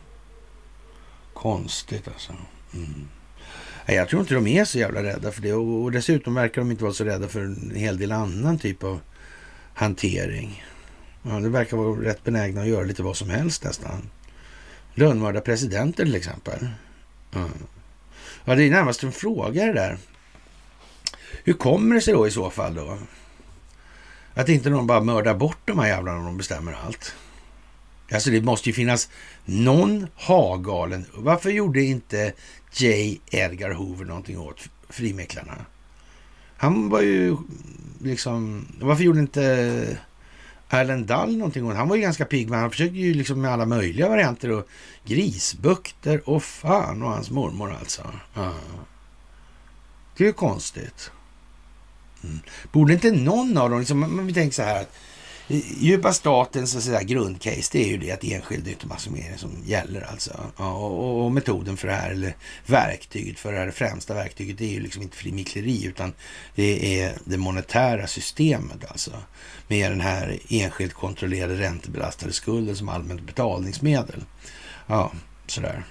Konstigt alltså. Jag tror inte de är så jävla rädda för det. Och dessutom verkar de inte vara så rädda för en hel del annan typ av hantering. Det verkar vara rätt benägna att göra lite vad som helst nästan. Lönnmörda presidenter till exempel. Ja, det är närmast en fråga det där. Hur kommer det sig då i så fall då? Att inte någon bara mördar bort de här jävlarna när de bestämmer allt. Alltså det måste ju finnas någon hagalen. Varför gjorde inte J. Edgar Hoover någonting åt frimäklarna? Han var ju liksom... Varför gjorde inte Erland Dahl någonting åt? Han var ju ganska pigg, men han försökte ju liksom med alla möjliga varianter och grisbukter och fan och hans mormor alltså. Det är ju konstigt. Borde inte någon av dem, liksom, men vi tänker så här att Djupa statens så att säga, grundcase, det är ju det att enskild nyttomaximering som gäller alltså. Ja, och metoden för det här, eller verktyget för det här, det främsta verktyget, det är ju liksom inte frimickleri, utan det är det monetära systemet alltså. Med den här enskilt kontrollerade räntebelastade skulden som allmänt betalningsmedel. Ja, sådär.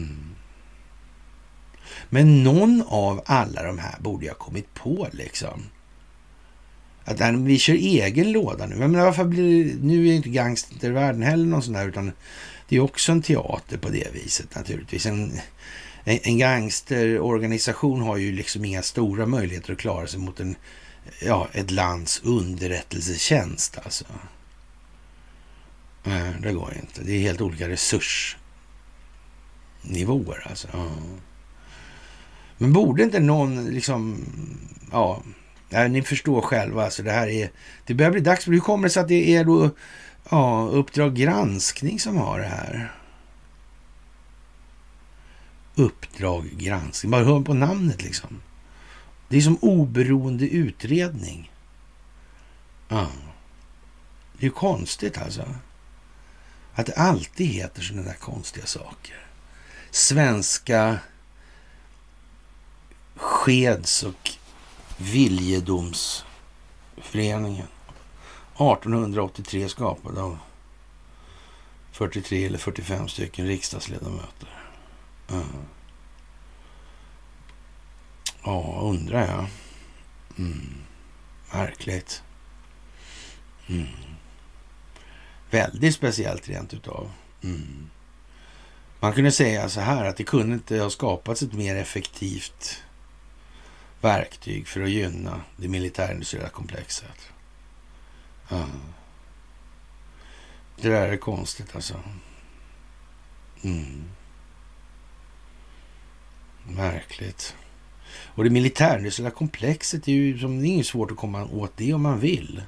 Men någon av alla de här borde jag ha kommit på liksom. Att vi kör egen låda nu. Men varför blir nu är inte gangstervärlden heller någon sån där, utan det är också en teater på det viset naturligtvis. En gangsterorganisation har ju liksom inga stora möjligheter att klara sig mot ett lands underrättelsetjänst alltså. Det går inte. Det är helt olika resursnivåer alltså. Ja. Men borde inte någon liksom, ni förstår själva, alltså det börjar bli dags. Hur kommer det sig att det är då Uppdrag granskning som har det här? Uppdrag granskning, bara hör på namnet liksom. Det är som oberoende utredning. Ja. Det är ju konstigt alltså. Att det alltid heter sådana där konstiga saker. Svenska skeds- och viljedomsföreningen 1883 skapad av 43 eller 45 stycken riksdagsledamöter. Ja, undrar jag. Märkligt. Väldigt speciellt rent utav. Man kunde säga så här att det kunde inte ha skapats ett mer effektivt verktyg för att gynna det militärindustriella komplexet. Det där är konstigt alltså. Märkligt. Och det militärindustriella komplexet är ju som det är inget svårt att komma åt det om man vill.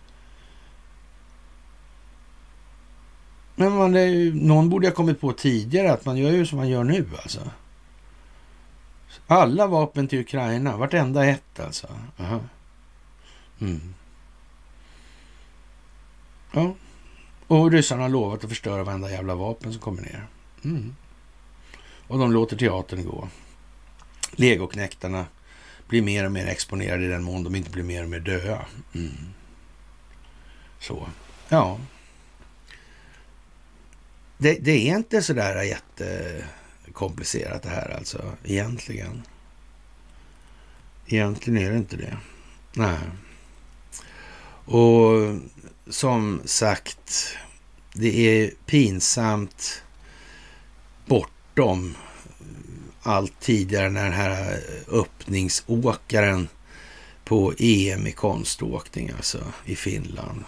Men någon borde ha kommit på tidigare att man gör ju som man gör nu alltså. Alla vapen till Ukraina, vartenda ett alltså. Ja. Och ryssarna har lovat att förstöra varenda jävla vapen som kommer ner. Och de låter teatern gå. Legoknäktarna blir mer och mer exponerade i den mån de inte blir mer och mer döda. Så, ja. Det är inte så där jättekomplicerat det här alltså, egentligen. Egentligen är det inte det. Nej. Och som sagt, det är pinsamt bortom allt tidigare när den här öppningsåkaren på EM i konståkning alltså i Finland.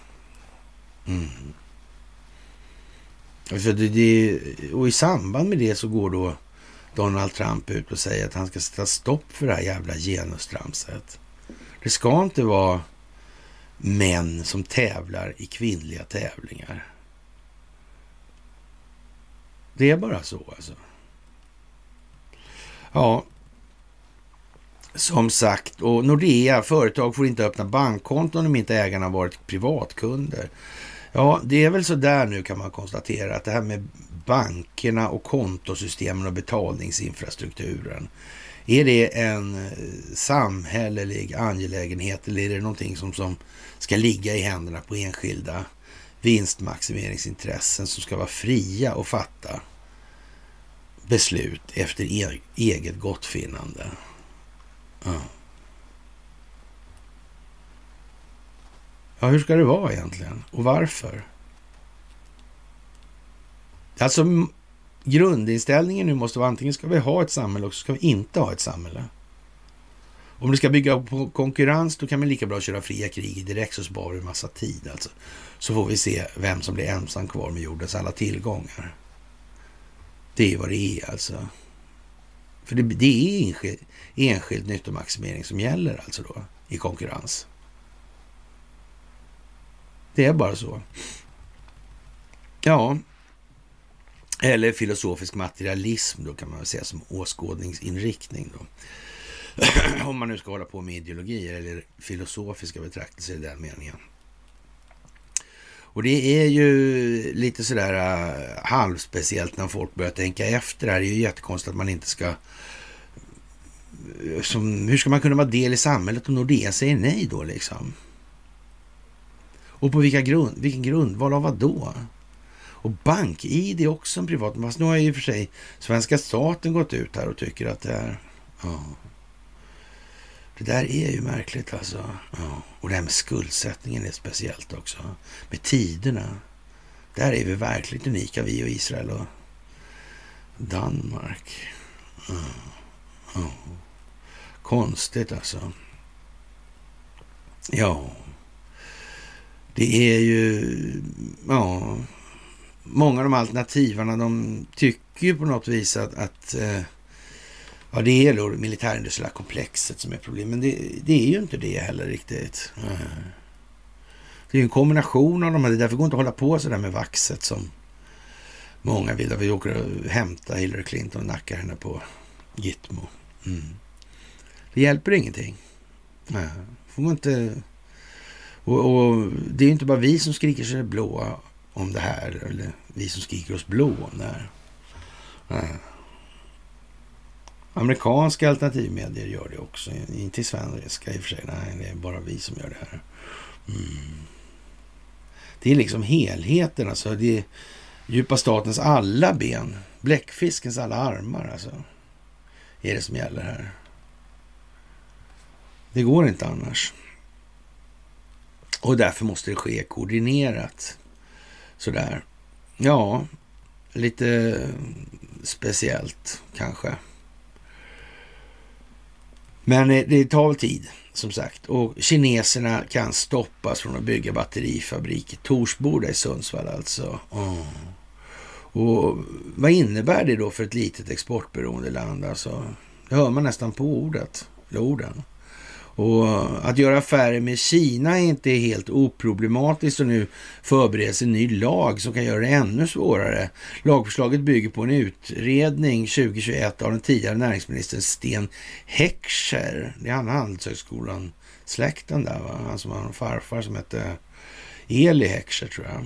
Och i samband med det så går då Donald Trump ut och säger att han ska sätta stopp för det här jävla genustramset. Det ska inte vara män som tävlar i kvinnliga tävlingar. Det är bara så alltså. Ja, som sagt, och Nordea, företag får inte öppna bankkonton om inte ägarna varit privatkunder. Ja, det är väl så där nu kan man konstatera att det här med bankerna och kontosystemen och betalningsinfrastrukturen, är det en samhällelig angelägenhet eller är det någonting som ska ligga i händerna på enskilda vinstmaximeringsintressen som ska vara fria och fatta beslut efter eget gottfinnande? Ja, hur ska det vara egentligen? Och varför? Alltså, grundinställningen nu måste vara antingen ska vi ha ett samhälle och så ska vi inte ha ett samhälle. Om det ska bygga på konkurrens, då kan man lika bra köra fria krig direkt, så sparar vi en massa tid alltså. Så får vi se vem som blir ensam kvar med jordens alla tillgångar. Det är vad det är alltså. För det är enskild nyttomaximering som gäller alltså då i konkurrens. Det är bara så. Ja. Eller filosofisk materialism då kan man väl säga som åskådningsinriktning då. Om man nu ska hålla på med ideologier eller filosofiska betraktelser i den meningen. Och det är ju lite sådär halvspeciellt när folk börjar tänka efter. Det här är ju jättekonstigt att man inte ska... hur ska man kunna vara del i samhället om Nordea säger nej då liksom? Och på vilken grundval av vad då? Och BankID är också en privat... Fast nu har ju i och för sig svenska staten gått ut här och tycker att det är... Ja. Det där är ju märkligt alltså. Ja. Och det här med skuldsättningen är speciellt också. Med tiderna. Där är vi verkligen unika, vi och Israel och Danmark. Ja. Ja. Konstigt alltså. Ja. Det är ju... Ja... Många av de alternativarna, de tycker ju på något vis att ja, det är då det militärindustriella komplexet som är problem. Men det är ju inte det heller riktigt. Det är ju en kombination av de här. Det är därför går inte att hålla på så där med vaxet som många vill. Vi åker och hämtar Hillary Clinton och nackar henne på Gitmo. Det hjälper ingenting. Får man inte... Och det är ju inte bara vi som skriker sig blåa om det här, eller vi som skriker oss blå om det här. Amerikanska alternativmedier gör det också, inte svenska i och för sig. Nej, det är bara vi som gör det här. Det är liksom helheten, alltså det är djupa statens alla ben, bläckfiskens alla armar, alltså är det som gäller här. Det går inte annars. Och därför måste det ske koordinerat. Sådär. Ja, lite speciellt kanske. Men det tar väl tid, som sagt. Och kineserna kan stoppas från att bygga batterifabrik i Torsboda i Sundsvall alltså. Och vad innebär det då för ett litet exportberoende land? Alltså, det hör man nästan på orden. Och att göra affärer med Kina är inte helt oproblematiskt, och nu förbereds en ny lag som kan göra det ännu svårare. Lagförslaget bygger på en utredning 2021 av den tidigare näringsministern Sten Heckscher. Det är han Handelshögskolan släkten där, va? Han som har en farfar som hette Eli Heckscher, tror jag.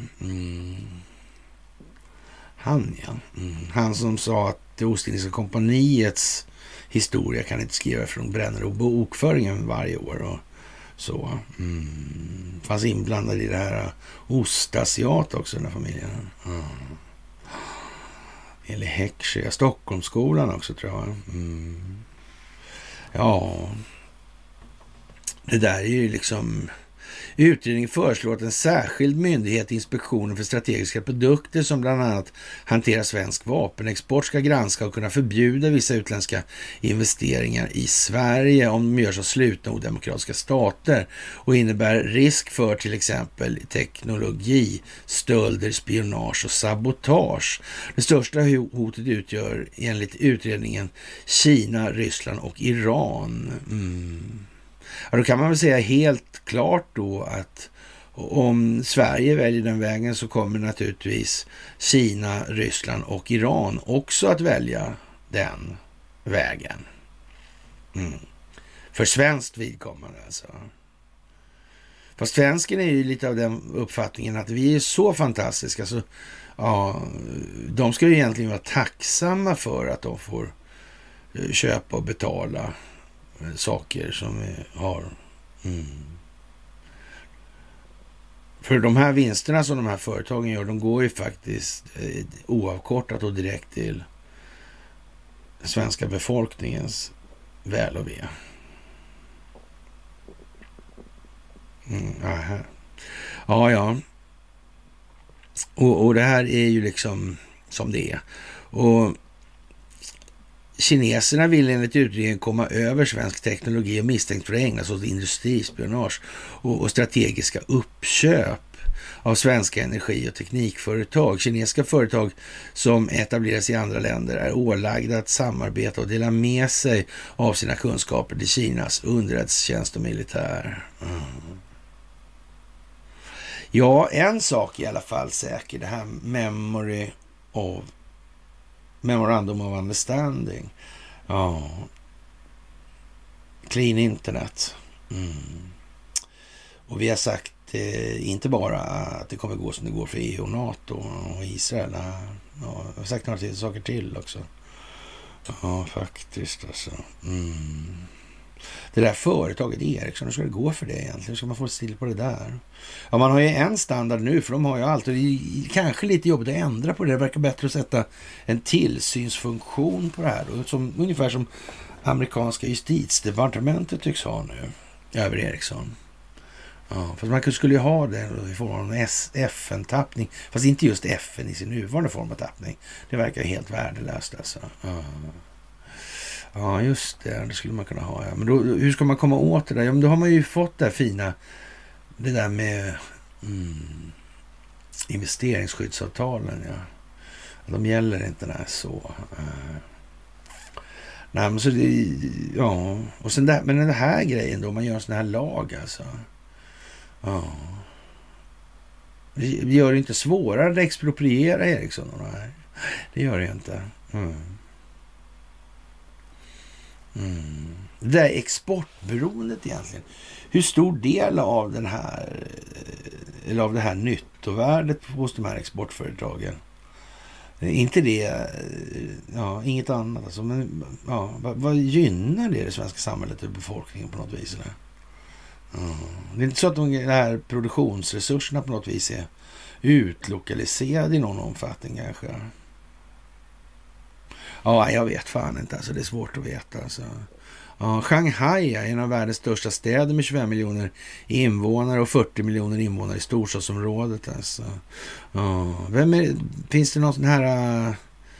Han, ja. Han som sa att det Ostindiska kompaniets historia kan inte skriva, för de bränner och bokföringen varje år och så. Fanns inblandad i det här ostasiat också, den här familjen. Eller Heckscher, Stockholmsskolan också, tror jag. Ja, det där är ju liksom... Utredningen föreslår att en särskild myndighet, Inspektionen för strategiska produkter, som bland annat hanterar svensk vapenexport, ska granska och kunna förbjuda vissa utländska investeringar i Sverige om de görs av slutna odemokratiska stater och innebär risk för till exempel teknologi, stölder, spionage och sabotage. Det största hotet utgör enligt utredningen Kina, Ryssland och Iran. Ja, då kan man väl säga helt klart då att om Sverige väljer den vägen så kommer naturligtvis Kina, Ryssland och Iran också att välja den vägen. För svenskt vidkommande alltså. Fast svensken är ju lite av den uppfattningen att vi är så fantastiska, så ja, de ska ju egentligen vara tacksamma för att de får köpa och betala saker som vi har. För de här vinsterna som de här företagen gör, de går ju faktiskt oavkortat och direkt till den svenska befolkningens väl och ve. Ja. Och det här är ju liksom som det är. Och kineserna vill enligt utredningen komma över svensk teknologi och misstänkt för att ägna sig åt industrispionage och strategiska uppköp av svenska energi- och teknikföretag. Kinesiska företag som etableras i andra länder är ålagda att samarbeta och dela med sig av sina kunskaper till Kinas underrättelsetjänst och militär. Ja, en sak i alla fall säker, det här Memorandum of Understanding. Ja. Clean internet. Och vi har sagt inte bara att det kommer gå som det går för EU och NATO och Israel. Ja, jag har sagt några saker till också. Ja, faktiskt alltså. Det där företaget Ericsson, hur ska det gå för det egentligen? Hur ska man få still på det där? Ja, man har ju en standard nu, för de har ju allt. Och det är kanske lite jobbigt att ändra på det. Det verkar bättre att sätta en tillsynsfunktion på det här. Ungefär som amerikanska justitiedepartementet tycks ha nu över Ericsson. Ja, för man skulle ju ha det i form av en FN-tappning. Fast inte just FN i sin nuvarande form av tappning. Det verkar helt värdelöst alltså. Ja, just det. Det skulle man kunna ha. Ja. Men då, hur ska man komma åt det där? Ja, men då har man ju fått det fina, det där med investeringsskyddsavtalen. Ja. De gäller inte där så. Nej, men så det, ja. Och sen där, men den här grejen då, man gör en sån här lag alltså. Ja. Det gör det inte svårare att expropriera Ericsson. Nej, det gör det inte. Det där exportberoendet egentligen. Hur stor del av den här, eller av det här nyttovärdet hos de här exportföretagen? Inte det, ja, inget annat alltså, men ja, vad gynnar det svenska samhället och befolkningen på något vis? Eller? Det är inte så att de här produktionsresurserna på något vis är utlokaliserade i någon omfattning kanske. Ja, jag vet fan inte. Alltså, det är svårt att veta. Alltså. Ja, Shanghai är en av världens största städer med 25 miljoner invånare och 40 miljoner invånare i storstadsområdet. Alltså. Ja, finns det någon sån här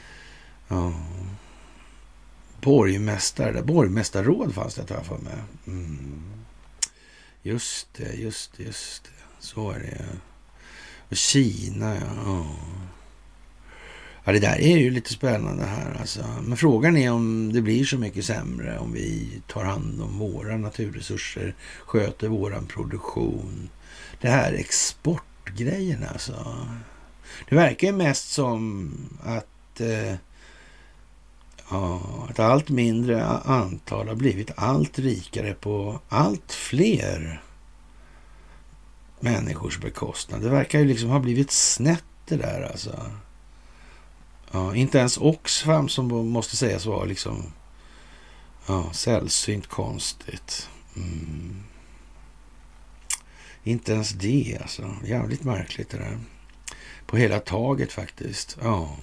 borgmästarråd fanns det, tar jag för mig. Just det. Så är det. Och Kina, ja. Ja, det där är ju lite spännande här alltså. Men frågan är om det blir så mycket sämre om vi tar hand om våra naturresurser, sköter våran produktion. Det här exportgrejen alltså. Det verkar ju mest som att ett allt mindre antal har blivit allt rikare på allt fler människors bekostnad. Det verkar ju liksom ha blivit snett det där alltså. Ja, inte ens Oxfam, som måste sägas vara liksom sällsynt konstigt. Inte ens det alltså. Jävligt märkligt det där. På hela taget faktiskt. Ja.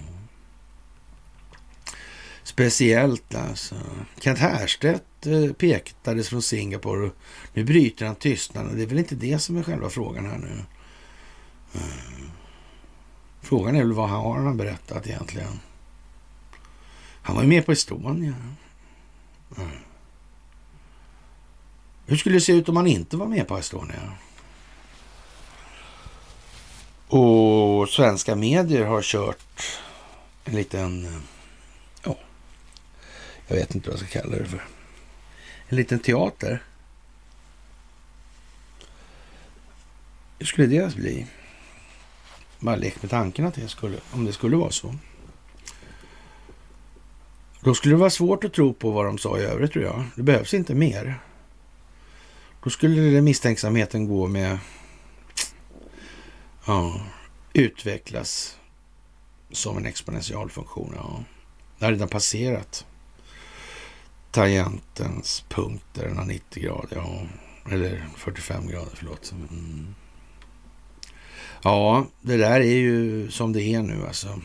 Speciellt alltså. Kent Härstedt pekades från Singapore och nu bryter han tystnaden. Det är väl inte det som är själva frågan här nu. Frågan är väl vad han har berättat egentligen. Han var ju med på Estonia. Hur skulle det se ut om han inte var med på Estonia? Och svenska medier har kört en liten, jag vet inte vad jag ska kalla det för. En liten teater. Hur skulle det bli? Bara lek med tanken att om det skulle vara så. Då skulle det vara svårt att tro på vad de sa i övrigt, tror jag. Det behövs inte mer. Då skulle misstänksamheten gå med utvecklas som en exponentialfunktion. Ja. Det har redan passerat tangentens punkt där den har 90 grader. Eller 45 grader, förlåt. Ja, det där är ju som det är nu alltså.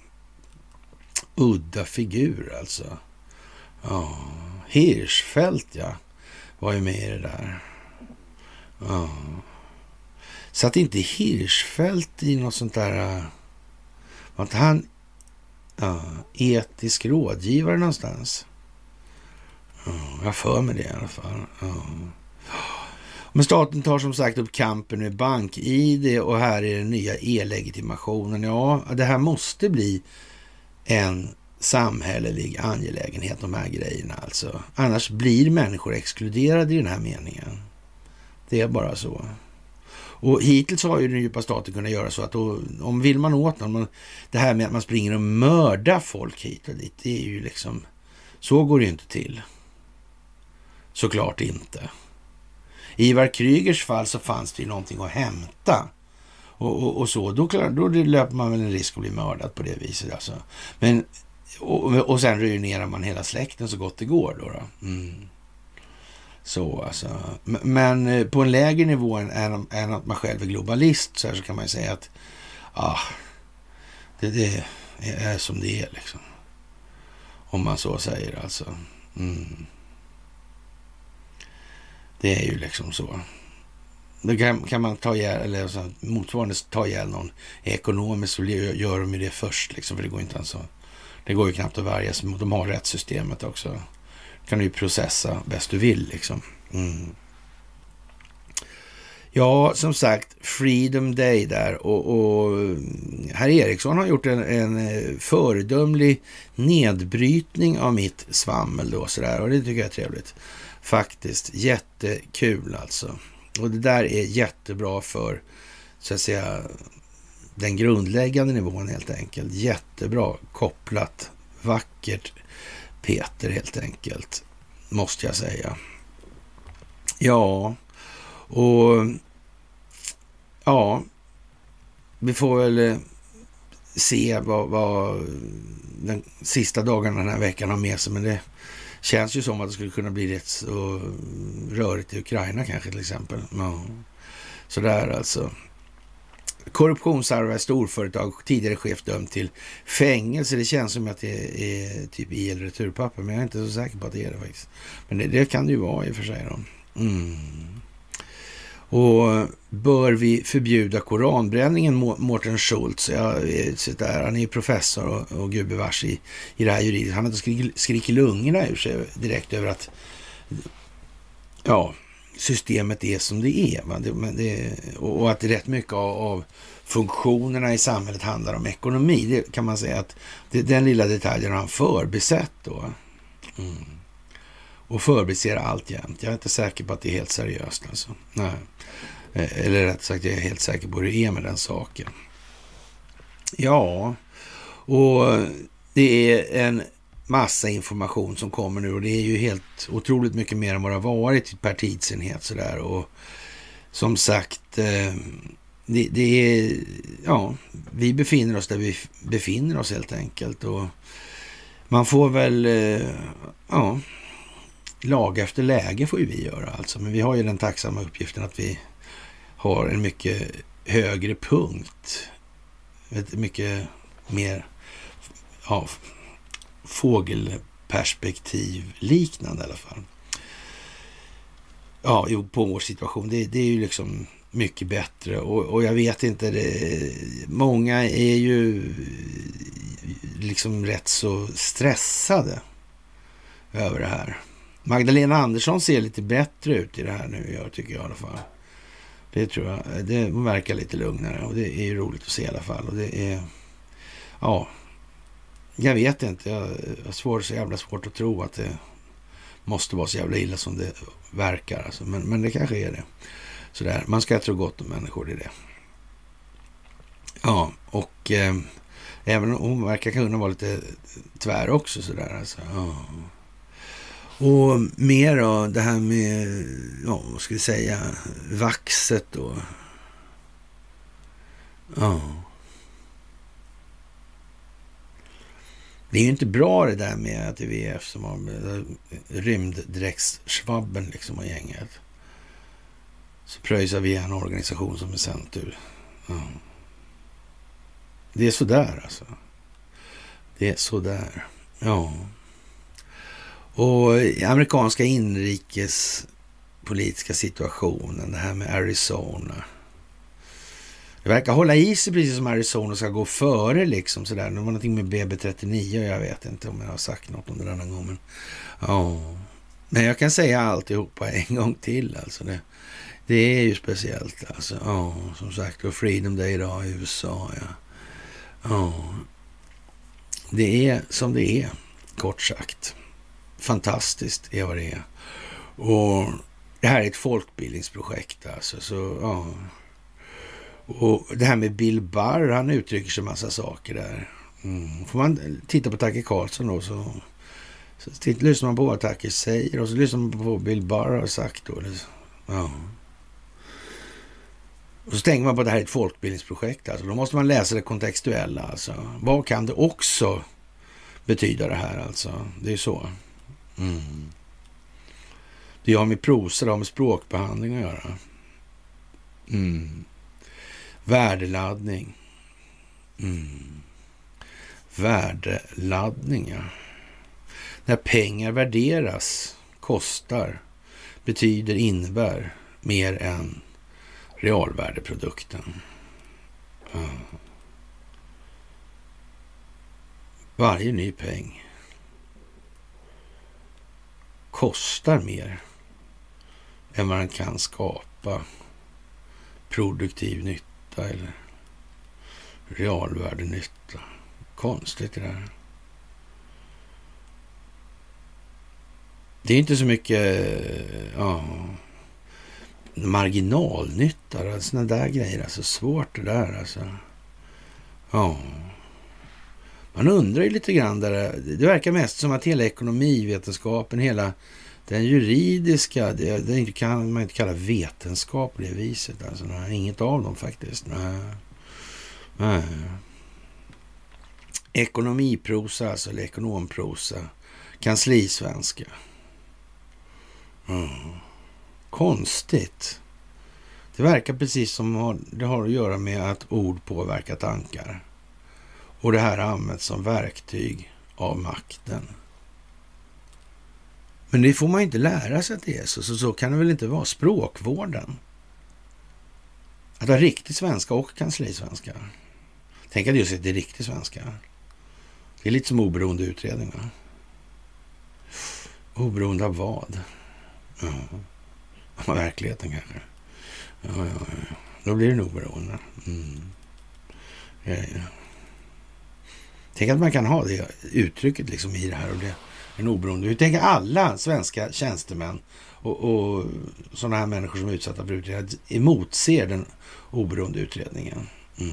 Udda figur alltså. Ja, Hirschfeldt var ju med i det där. Ja. Satt inte Hirschfeldt i något sånt där, var inte han etisk rådgivare någonstans? Jag för mig det i alla fall. Men staten tar som sagt upp kampen med bank-ID och här är den nya e-legitimationen. Ja, det här måste bli en samhällelig angelägenhet, de här grejerna alltså. Annars blir människor exkluderade i den här meningen. Det är bara så. Och hittills har ju den djupa staten kunnat göra så att om vill man åt någon, det här med att man springer och mördar folk hit och dit, det är ju liksom, så går det ju inte till. Såklart inte. I Ivar Krygers fall så fanns det ju någonting att hämta. Och så, då löper man väl en risk att bli mördad på det viset alltså. Men, och sen ruinerar man hela släkten så gott det går då. Så alltså. Men på en lägre nivå än att man själv är globalist så kan man ju säga att det är som det är liksom. Om man så säger alltså. Det är ju liksom så. Då kan man ta ihjäl, eller så, motsvarande ta ihjäl någon ekonomiskt, så gör de ju det först liksom, för det går inte ens så. Det går ju knappt att värja sig mot, de har rättssystemet också. Kan du ju processa bäst du vill liksom. Ja, som sagt, Freedom Day där och herr Eriksson har gjort en föredömlig nedbrytning av mitt svammel då sådär, och det tycker jag är trevligt. Faktiskt, jättekul alltså. Och det där är jättebra för, så att säga, den grundläggande nivån helt enkelt. Jättebra kopplat, vackert Peter helt enkelt, måste jag säga. Ja, och vi får väl se vad den sista dagen den här veckan har med sig, men det känns ju som att det skulle kunna bli rätt så rörigt i Ukraina kanske till exempel. Ja. Så där alltså. Korruptionsarv, storföretag, tidigare chef dömd till fängelse. Det känns som att det är typ i- eller returpapper, men jag är inte så säker på att det är det faktiskt. Men det kan det ju vara i och för sig då. Och bör vi förbjuda koranbränningen, Mårten Schultz? Han är ju professor och gubevars i det här juridiska. Han hade skrik i lungorna ur sig direkt över att systemet är som det är. Och att rätt mycket av funktionerna i samhället handlar om ekonomi. Det kan man säga att den lilla detaljen har han förbisett då. Och förbiser allt jämt. Jag är inte säker på att det är helt seriöst alltså. Nej. Eller rätt sagt, jag är helt säker på hur det är med den saken. Ja, och det är en massa information som kommer nu, och det är ju helt otroligt mycket mer än vad det har varit per tidsenhet sådär. Och som sagt, det är, vi befinner oss där vi befinner oss helt enkelt, och man får väl, lag efter läge får ju vi göra alltså. Men vi har ju den tacksamma uppgiften att vi har en mycket högre punkt. Ett mycket mer fågelperspektiv liknande i alla fall. Ja, på vår situation. Det är ju liksom mycket bättre. Och jag vet inte, många är ju liksom rätt så stressade över det här. Magdalena Andersson ser lite bättre ut i det här nu, tycker jag i alla fall. Det tror jag. Det verkar lite lugnare, och det är ju roligt att se i alla fall. Och det är, jag vet inte. Jag har så jävla svårt att tro att det måste vara så jävla illa som det verkar. Alltså. Men det kanske är det. Sådär. Man ska tro gott om människor, det är det. Ja, och även om hon verkar kunna vara lite tvär också sådär. Alltså. Ja. Och mer då, det här med, vad ska vi säga, vaxet då. Ja. Det är ju inte bra det där med att VF som har rymddräktsschvabben liksom och gänget. Så pröjsar vi en organisation som är sänt ur. Ja. Det är sådär alltså. Det är sådär. Ja. Och amerikanska inrikespolitiska situationen, det här med Arizona. Det verkar hålla i sig precis som Arizona ska gå före liksom sådär. Det var någonting med BB39 och jag vet inte om jag har sagt något om det denna gången. Men jag kan säga alltihopa en gång till alltså. Det är ju speciellt alltså. Som sagt, och Freedom Day idag i USA. Det är som det är, kort sagt. Fantastiskt är vad det är. Och det här är ett folkbildningsprojekt alltså. Så, och det här med Bill Barr, han uttrycker sig massa saker där. Får man titta på Tucker Carlson då, så lyssnar man på vad Tucker säger och så lyssnar man på vad Bill Barr har sagt då. Ja. Och så tänker man på att det här är ett folkbildningsprojekt. Alltså. Då måste man läsa det kontextuella. Alltså. Vad kan det också betyda det här? Alltså? Det är ju så. Det har med prosa, det har med språkbehandling att göra. Värdeladdning. Värdeladdning, ja. När pengar värderas, kostar, betyder, innebär mer än realvärdeprodukten. Varje ny peng kostar mer än vad den kan skapa produktiv nytta eller realvärdenytta. Konstigt det där. Det är inte så mycket marginalnytta, sådana där grejer. Alltså svårt det där alltså. Ja. Man undrar ju lite grann där. Det verkar mest som att hela ekonomivetenskapen, hela den juridiska, det kan man inte kalla vetenskap på det viset. Alltså, nej, inget av dem faktiskt. Nej. Ekonomiprosa, alltså, eller ekonomprosa. Kanslisvenska. Konstigt. Det verkar precis som det har att göra med att ord påverkar tankar. Och det här används som verktyg av makten. Men det får man inte lära sig att det är så kan det väl inte vara. Språkvården. Att ha riktig svenska och kanslisvenska. Tänk att just det är riktig svenska. Det är lite som oberoende utredningar. Oberoende av vad? Ja. Verkligheten kanske. Ja. Då blir det nog oberoende. Ja. Tänk att man kan ha det uttrycket liksom i det här och det. En oberoende. Hur tänker alla svenska tjänstemän och sådana här människor som är utsatta för utredningar emotser den oberoende utredningen?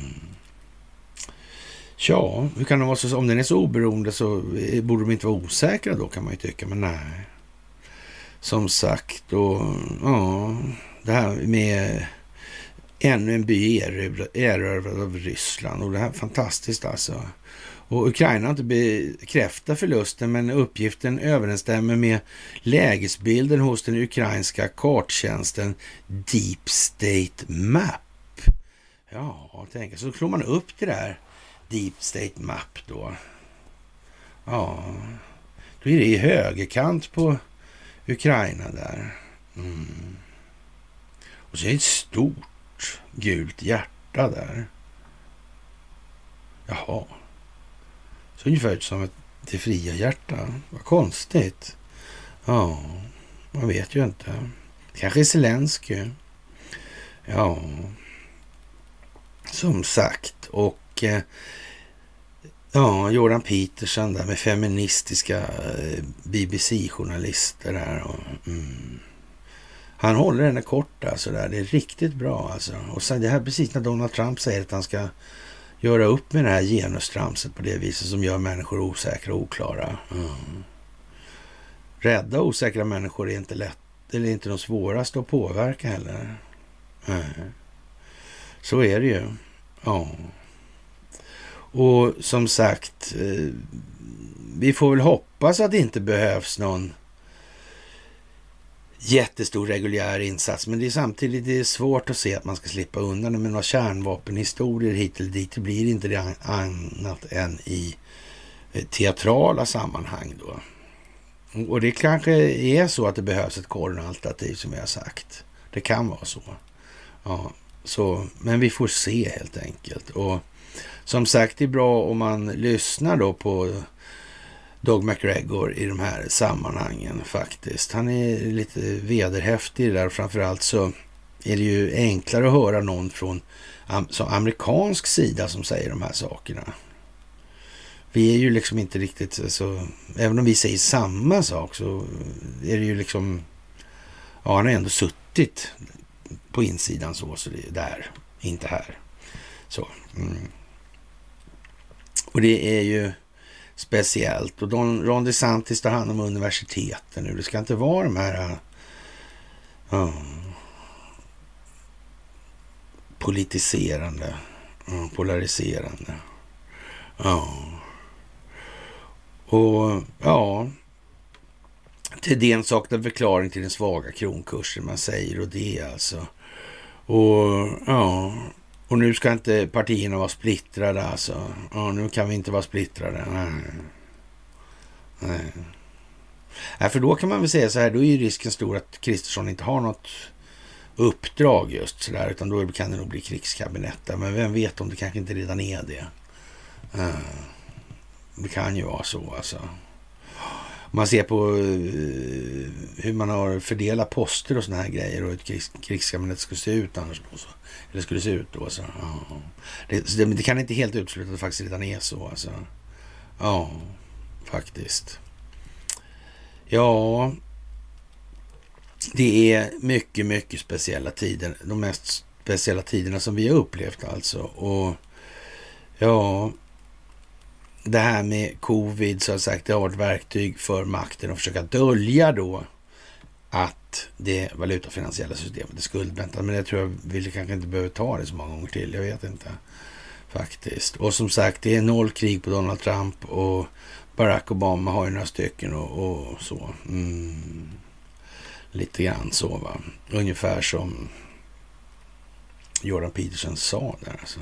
Ja, hur kan det vara så? Om den är så oberoende så borde de inte vara osäkra då, kan man ju tycka. Men nej. Som sagt, och det här med ännu en by erövrad av Ryssland. Och det här är fantastiskt alltså. Och Ukraina har inte bekräftat förlusten, men uppgiften överensstämmer med lägesbilden hos den ukrainska karttjänsten Deep State Map. Ja, tänk, så slår man upp det där Deep State Map då. Ja, då är det i högerkant på Ukraina där. Och så är det ett stort gult hjärta där. Jaha. Så ungefär som det fria hjärta. Vad konstigt. Ja, man vet ju inte. Kanske Zelensky. Ja, som sagt. Och Jordan Peterson där med feministiska BBC-journalister där. Och, han håller henne kort alltså där. Det är riktigt bra alltså. Och sen det här precis när Donald Trump säger att han ska göra upp med det här genustramset på det viset som gör människor osäkra och oklara. Rädda osäkra människor är inte lätt, eller inte de svåraste att påverka heller. Så är det ju. Ja. Och som sagt, vi får väl hoppas att det inte behövs någon jättestor reguljär insats, men det är samtidigt svårt att se att man ska slippa undan med några kärnvapenhistorier hit eller dit. Det blir inte det annat än i teatrala sammanhang då. Och det kanske är så att det behövs ett kornalternativ som jag har sagt. Det kan vara så. Ja, så, men vi får se helt enkelt. Och som sagt, det är bra om man lyssnar då på Doug McGregor i de här sammanhangen faktiskt. Han är lite vederhäftig där. Framförallt så är det ju enklare att höra någon från amerikansk sida som säger de här sakerna. Vi är ju liksom inte riktigt så, även om vi säger samma sak så är det ju liksom, ja, han har ändå suttit på insidan så det är där, inte här. Så. Och det är ju speciellt. Och Ron DeSantis tar hand om universiteten nu. Det ska inte vara de här politiserande, polariserande. Ja. Och ja, Thedéen saknar förklaring till den svaga kronkursen, man säger, och det alltså. Och ja, och nu ska inte partierna vara splittrade alltså. Ja, nu kan vi inte vara splittrade. Nej. För då kan man väl säga så här, då är ju risken stor att Kristersson inte har något uppdrag just sådär, utan då kan det nog bli krigskabinett där. Men vem vet om det kanske inte redan är det. Det kan ju vara så alltså. Om man ser på hur man har fördelat poster och såna här grejer och ett krigskabinett skulle se ut annars då så. Eller skulle se ut då så. Ja. Det kan inte helt utesluta att det faktiskt redan är så alltså. Ja, faktiskt. Ja, det är mycket, mycket speciella tider. De mest speciella tiderna som vi har upplevt alltså. Och ja, det här med covid så har sagt, det har varit verktyg för makten att försöka dölja då att det valutafinansiella systemet är skuldmättat. Men jag tror vi kanske inte behöver ta det så många gånger till. Jag vet inte faktiskt. Och som sagt, det är 0 krig på Donald Trump och Barack Obama har ju några stycken och så. Lite grann så va. Ungefär som Jordan Peterson sa där alltså.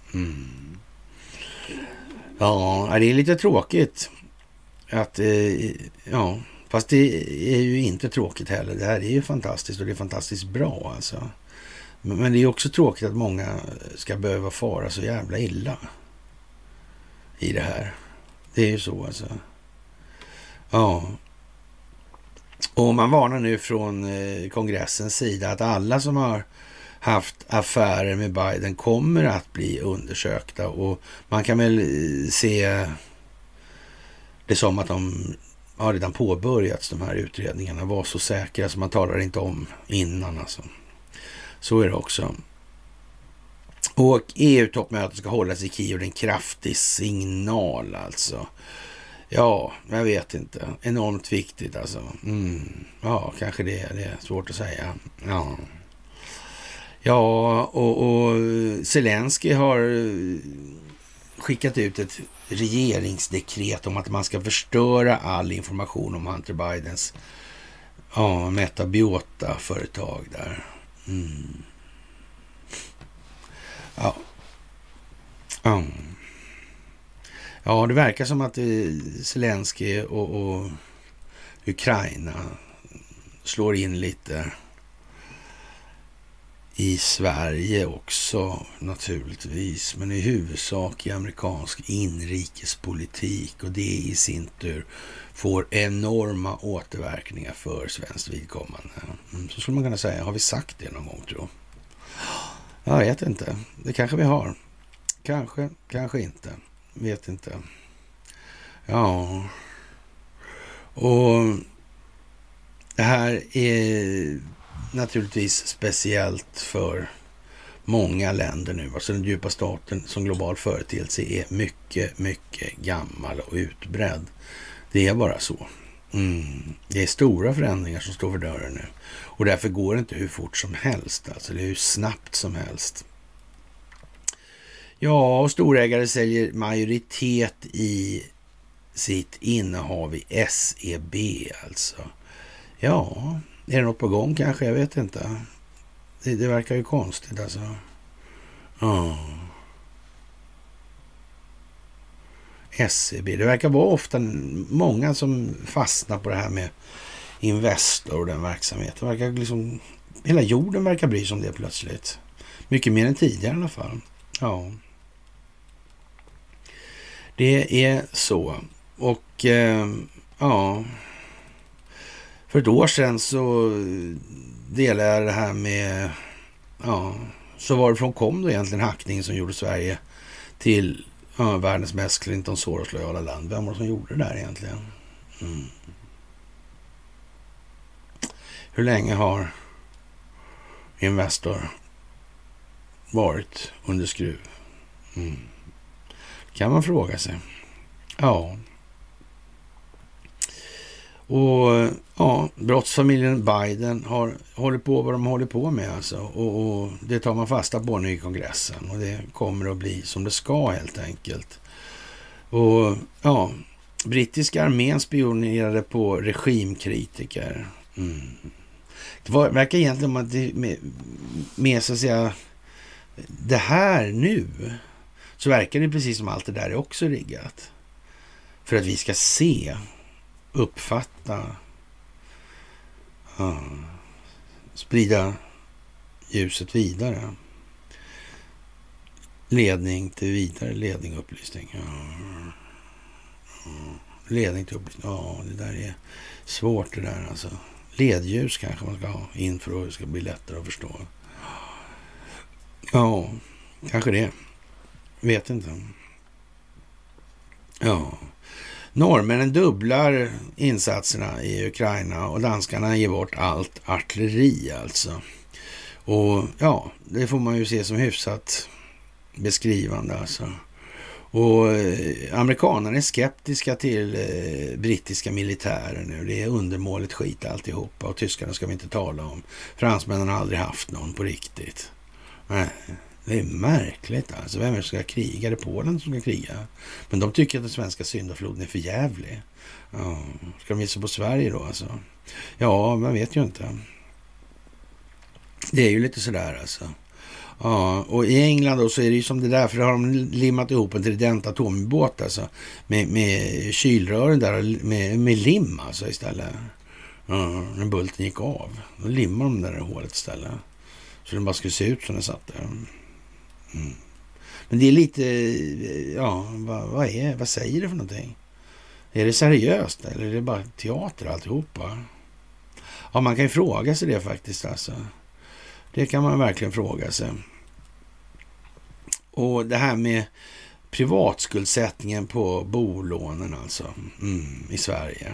Ja, det är lite tråkigt att, ja, fast det är ju inte tråkigt heller. Det här är ju fantastiskt och det är fantastiskt bra alltså. Men det är också tråkigt att många ska behöva fara så jävla illa i det här. Det är ju så alltså. Ja. Och man varnar nu från kongressens sida att alla som har haft affärer med Biden kommer att bli undersökta, och man kan väl se det som att de har redan påbörjats, de här utredningarna. Var så säkra som man talar inte om innan alltså. Så är det också. Och EU-toppmötet ska hållas i Kiev, en kraftig signal alltså. Ja, jag vet inte. Enormt viktigt alltså. Ja, kanske det är svårt att säga. Ja, och Zelensky har skickat ut ett regeringsdekret om att man ska förstöra all information om Hunter Bidens Metabiota-företag där. Ja, det verkar som att Zelensky och Ukraina slår in lite i Sverige också naturligtvis, men i huvudsak i amerikansk inrikespolitik, och det i sin tur får enorma återverkningar för svenskt vidkommande. Så skulle man kunna säga. Har vi sagt det någon gång, tror jag? Jag vet inte. Det kanske vi har. Kanske inte. Vet inte. Ja. Och det här är naturligtvis speciellt för många länder nu. Alltså den djupa staten som global företeelse är mycket, mycket gammal och utbredd. Det är bara så. Det är stora förändringar som står för dörren nu. Och därför går det inte hur fort som helst. Alltså det är hur snabbt som helst. Ja, och storägare säljer majoritet i sitt innehav i SEB alltså. Ja, är det något på gång kanske? Jag vet inte. Det verkar ju konstigt alltså. SEB, det verkar vara ofta många som fastnar på det här med Investor och den verksamheten. Verkar liksom, hela jorden verkar bry sig om det plötsligt. Mycket mer än tidigare i alla fall. Ja. Det är så. Och ja, för ett år sedan så delade jag det här med, så varifrån kom då egentligen hackningen som gjorde Sverige till världens mest Clinton Soros-lojala land? Vem var det som gjorde det där egentligen? Hur länge har Investor varit under skruv? Kan man fråga sig. Ja. Och ja, brottsfamiljen Biden håller på vad de håller på med alltså. Och det tar man fasta på nu i kongressen. Och det kommer att bli som det ska helt enkelt. Och ja, brittiska armén spionerade på regimkritiker. Det verkar egentligen som att det med så att säga det här nu så verkar det precis som allt det där är också riggat. För att vi ska se, uppfatta, sprida ljuset vidare. Ledning till vidare, ledning upplysning. Ledning till upplysning. Ja, det där är svårt det där alltså. Ledljus kanske man ska ha in för att det ska bli lättare att förstå. Ja, kanske det. Vet inte. Ja. Norrmännen dubblar insatserna i Ukraina och danskarna ger bort allt artilleri alltså. Och ja, det får man ju se som hyfsat beskrivande alltså. Och amerikanerna är skeptiska till brittiska militärer nu. Det är undermåligt skit alltihopa. Och tyskarna ska vi inte tala om. Fransmännen har aldrig haft någon på riktigt. Nej, det är märkligt alltså. Vem är det som ska kriga? Det är Polen som ska kriga. Men de tycker att den svenska syndafloden är för jävlig. Ja, ska de visa på Sverige då alltså? Ja, man vet ju inte. Det är ju lite sådär alltså. Ja, och i England då så är det ju som det där, för har de limmat ihop en Trident atombåt alltså med kylrören där med lim alltså istället. Ja, när bulten gick av. Då limmar de där i hålet istället. Så den bara skulle se ut som den satt där. Men det är lite, ja, vad säger det för någonting? Är det seriöst eller är det bara teater alltihopa? Ja, man kan ju fråga sig det faktiskt alltså. Det kan man verkligen fråga sig. Och det här med privatskuldsättningen på bolånen alltså i Sverige.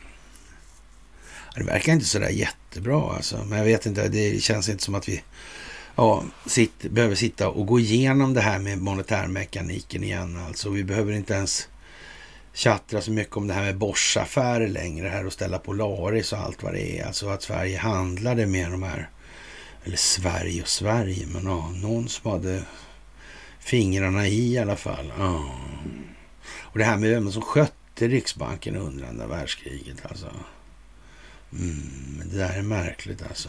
Det verkar inte sådär jättebra alltså. Men jag vet inte, det känns inte som att vi behöver sitta och gå igenom det här med monetärmekaniken igen alltså. Vi behöver inte ens tjattra så mycket om det här med börsaffärer längre här och ställa Polaris och allt vad det är. Alltså att Sverige handlade med de här, eller Sverige, men någon som hade fingrarna i alla fall. Och det här med vem som skötte Riksbanken under andra världskriget alltså. Men det där är märkligt alltså.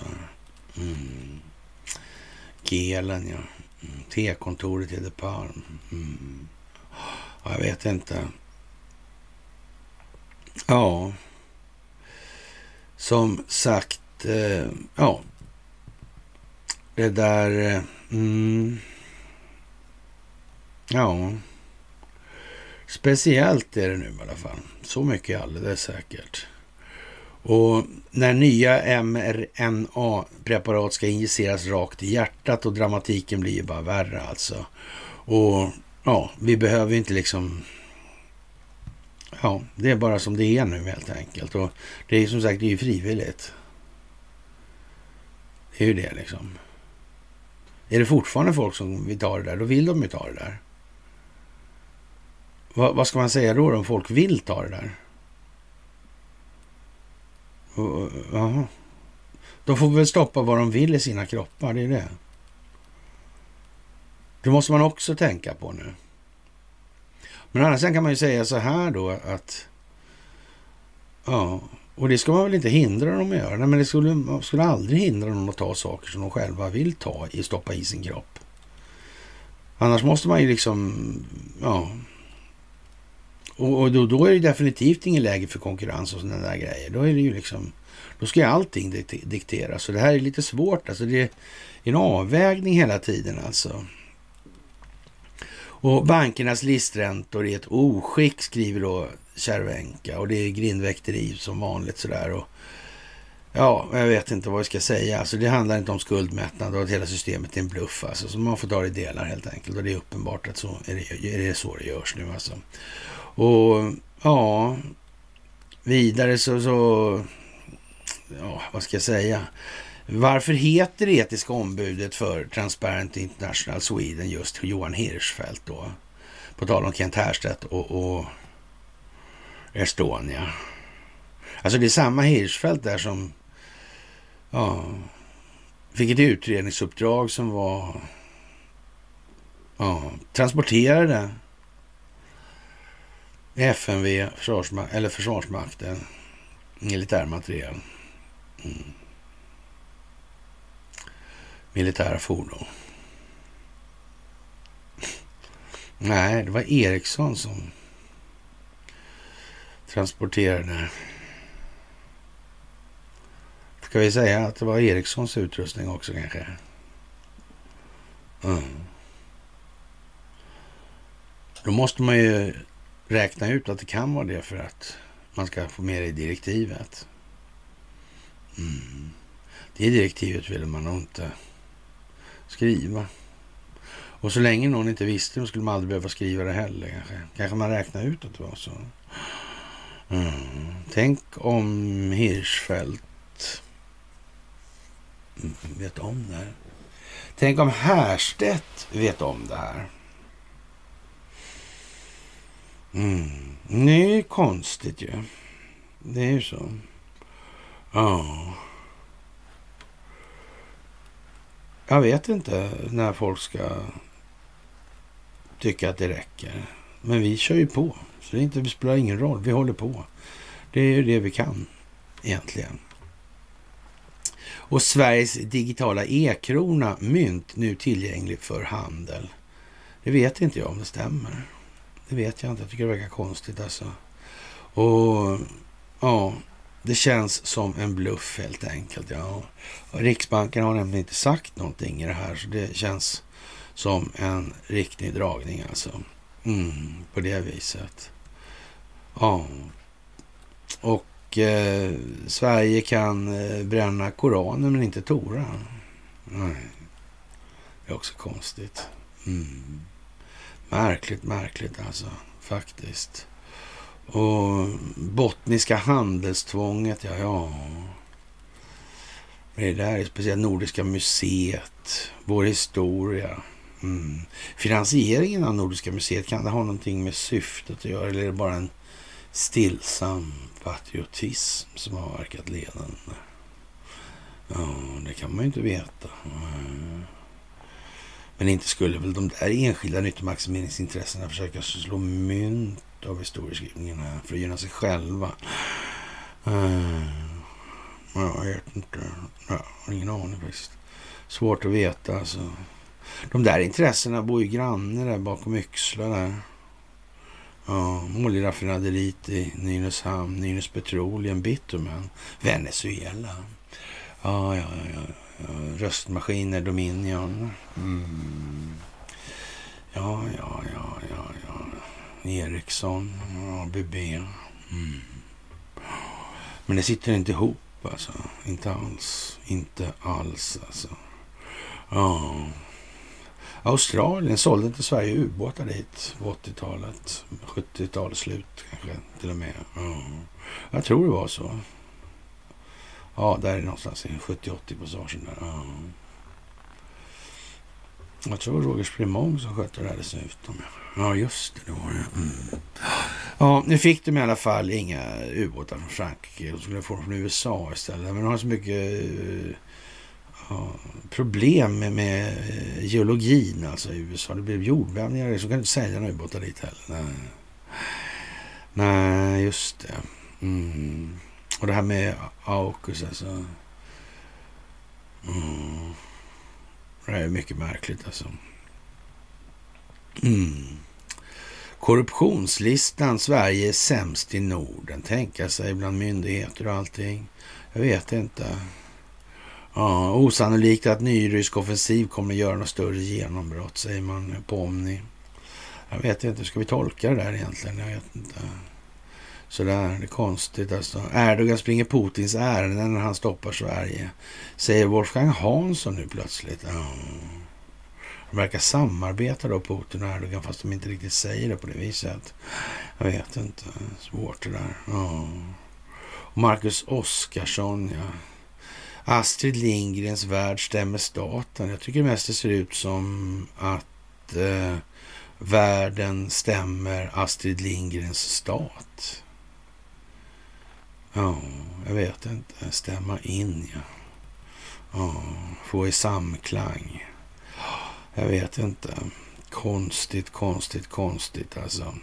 Gelen, ja. T-kontoret i The Palm. Ja, jag vet inte. Ja. Som sagt, ja. Det där, ja. Speciellt är det nu i alla fall. Så mycket är alldeles säkert. Och när nya mRNA-preparat ska injiceras rakt i hjärtat och dramatiken blir ju bara värre alltså. Och ja, vi behöver inte liksom, ja, det är bara som det är nu helt enkelt. Och det är ju som sagt, det är ju frivilligt. Det är ju det liksom. Är det fortfarande folk som vill ta det där, då vill de ju ta det där. Vad ska man säga då om folk vill ta det där? Jaha. De får väl stoppa vad de vill i sina kroppar, det är det. Det måste man också tänka på nu. Men annars kan man ju säga så här då att ja, och det ska man väl inte hindra dem att göra. Nej, men det skulle aldrig hindra dem att ta saker som de själva vill stoppa i sin kropp. Annars måste man ju liksom, ja. Och då är det definitivt ingen läge för konkurrens och sådana där grejer. Då är det ju liksom, då ska ju allting dikteras. Så det här är lite svårt. Alltså det är en avvägning hela tiden alltså. Och bankernas listräntor är ett oskick, skriver då Cervenka. Och det är grindväkteri som vanligt sådär. Och ja, jag vet inte vad jag ska säga. Alltså det handlar inte om skuldmättnad och att hela systemet är en bluff. Alltså, så man får ta det i delar helt enkelt. Och det är uppenbart att så är det så det görs nu alltså. Och ja, vidare så ja, vad ska jag säga? Varför heter det etiska ombudet för Transparent International Sweden just Johan Hirschfeldt då? På tal om Kent Härstedt och Estonia. Alltså det är samma Hirschfeldt där som fick ett utredningsuppdrag som var transporterade FMV, Försvarsmakten, militärmateriel, militära fordon. Nej, det var Ericsson som transporterade. Ska vi säga att det var Ericssons utrustning också kanske? Då måste man ju räkna ut att det kan vara det för att man ska få med det i direktivet. Det direktivet vill man nog inte skriva. Och så länge någon inte visste det skulle man aldrig behöva skriva det heller kanske. Kanske man räknar ut att det var så. Tänk om Hirschfeldt vet om det här. Tänk om Härstedt vet om det här. Det är konstigt ju. Det är ju så. Jag vet inte när folk ska tycka att det räcker. Men vi kör ju på. Så det spelar ingen roll. Vi håller på. Det är ju det vi kan egentligen. Och Sveriges digitala e-krona mynt nu tillgänglig för handel. Det vet inte jag om det stämmer. Det vet jag inte. Jag tycker det verkar konstigt alltså. Och det känns som en bluff helt enkelt. Ja. Riksbanken har nämligen inte sagt någonting i det här. Så det känns som en riktig dragning alltså. På det viset. Ja. Och Sverige kan bränna Koranen men inte Toran. Nej. Det är också konstigt. Märkligt alltså. Faktiskt. Och bottniska handelstvånget, ja. Det där är speciellt Nordiska museet, vår historia. Finansieringen av Nordiska museet, kan det ha någonting med syftet att göra eller är det bara en stillsam patriotism som har verkat ledande? Ja, det kan man ju inte veta. Men inte skulle väl de där enskilda nyttomaximeringsintressena försöka slå mynt av historieskrivningen här för att gynna sig själva. Jag vet inte. Jag har ingen aning faktiskt. Svårt att veta alltså. De där intressena bor ju grannar där bakom Yxla där. Ja, oljeraffinaderiet i Nynäshamn, Nynäs Petroleum, Bitumen, Venezuela. Ja. Röstmaskiner, Dominion. Ja. Ericsson, ABB. Men det sitter inte ihop alltså. Inte alls alltså. Ja. Australien sålde till Sverige ubåtar dit på 80-talet. 70-talets slut kanske till och med. Ja. Jag tror det var så. Ja, där är någonstans i 70-80 passagen där. Ja. Jag tror det var Roger Sprimong som skötte det här dessutom. Ja, just det var det. Ja, nu fick de i alla fall inga ubåtar från Frankrike. De skulle få dem från USA istället. Men de har så mycket problem med geologin alltså i USA. Det blev jordbävningar så kan du inte sälja några ubåtar dit heller. Nej, just det. Och det här med AUKUS alltså. Det är mycket märkligt alltså. Korruptionslistan, Sverige är sämst i Norden. Tänka sig bland myndigheter och allting. Jag vet inte. Ja, osannolikt att nyrysk offensiv kommer att göra något större genombrott, säger man på Omni. Jag vet inte, ska vi tolka det där egentligen? Jag vet inte. Sådär, det är konstigt alltså. Erdogan springer Putins ärenden när han stoppar Sverige. Säger Wolfgang Hansson nu plötsligt. Ja. De verkar samarbeta då, Putin och Erdogan, fast de inte riktigt säger det på det viset. Jag vet inte. Svårt det där. Ja. Och Marcus Oskarsson, ja. Astrid Lindgrens värld stämmer staten. Jag tycker mest det ser ut som att världen stämmer Astrid Lindgrens stat. Ja, jag vet inte. Stämma in, ja. Ja, få i samklang. Jag vet inte. Konstigt alltså.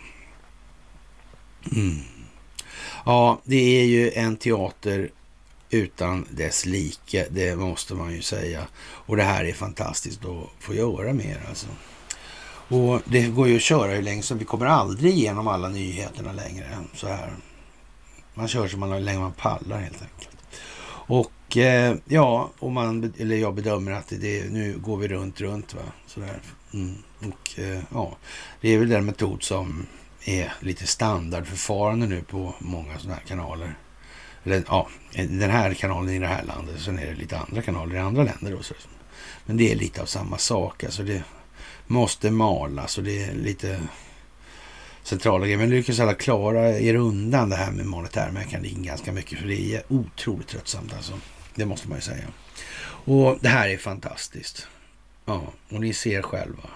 Ja, det är ju en teater utan dess like, det måste man ju säga. Och det här är fantastiskt att få göra mer alltså. Och det går ju att köra hur länge som vi kommer aldrig igenom alla nyheterna längre så här. Man kör som länge man pallar helt enkelt. Och ja, och jag bedömer att nu går vi runt va, sådär. Och ja, det är väl den metod som är lite standardförfarande nu på många sådana här kanaler. Eller ja, den här kanalen i det här landet, sen är det lite andra kanaler i andra länder då. Men det är lite av samma sak, alltså det måste malas och det är lite centrala grejer. Men lyckas alla klara er undan det här med monetärmekanik ganska mycket, för det är otroligt tröttsamt alltså. Det måste man ju säga. Och det här är fantastiskt. Ja, och ni ser själva.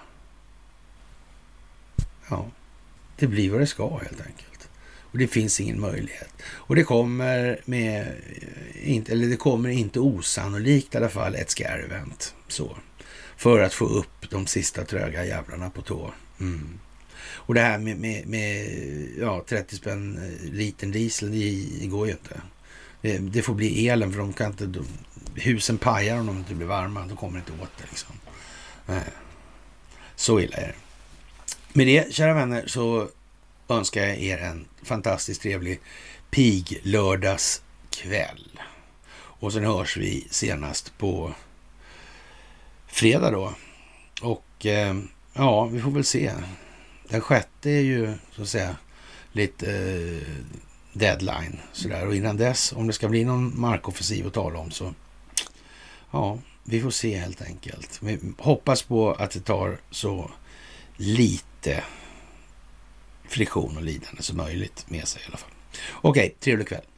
Ja, det blir vad det ska helt enkelt. Och det finns ingen möjlighet. Och det kommer det kommer inte osannolikt i alla fall ett scare-event. Så. För att få upp de sista tröga jävlarna på tå. Och det här med 30 spänn liten diesel, det går ju inte. Det får bli elen, för de kan inte, husen pajar om de inte blir varma, då kommer det inte åt det liksom. Nej. Så illa är det. Med det, kära vänner, så önskar jag er en fantastiskt trevlig pig-lördagskväll. Och sen hörs vi senast på fredag då. Och ja, vi får väl se. Den 6 är ju så att säga lite deadline sådär. Och innan dess, om det ska bli någon markoffensiv att tala om, så ja, vi får se helt enkelt. Vi hoppas på att det tar så lite friktion och lidande som möjligt med sig i alla fall. Okej, trevlig kväll.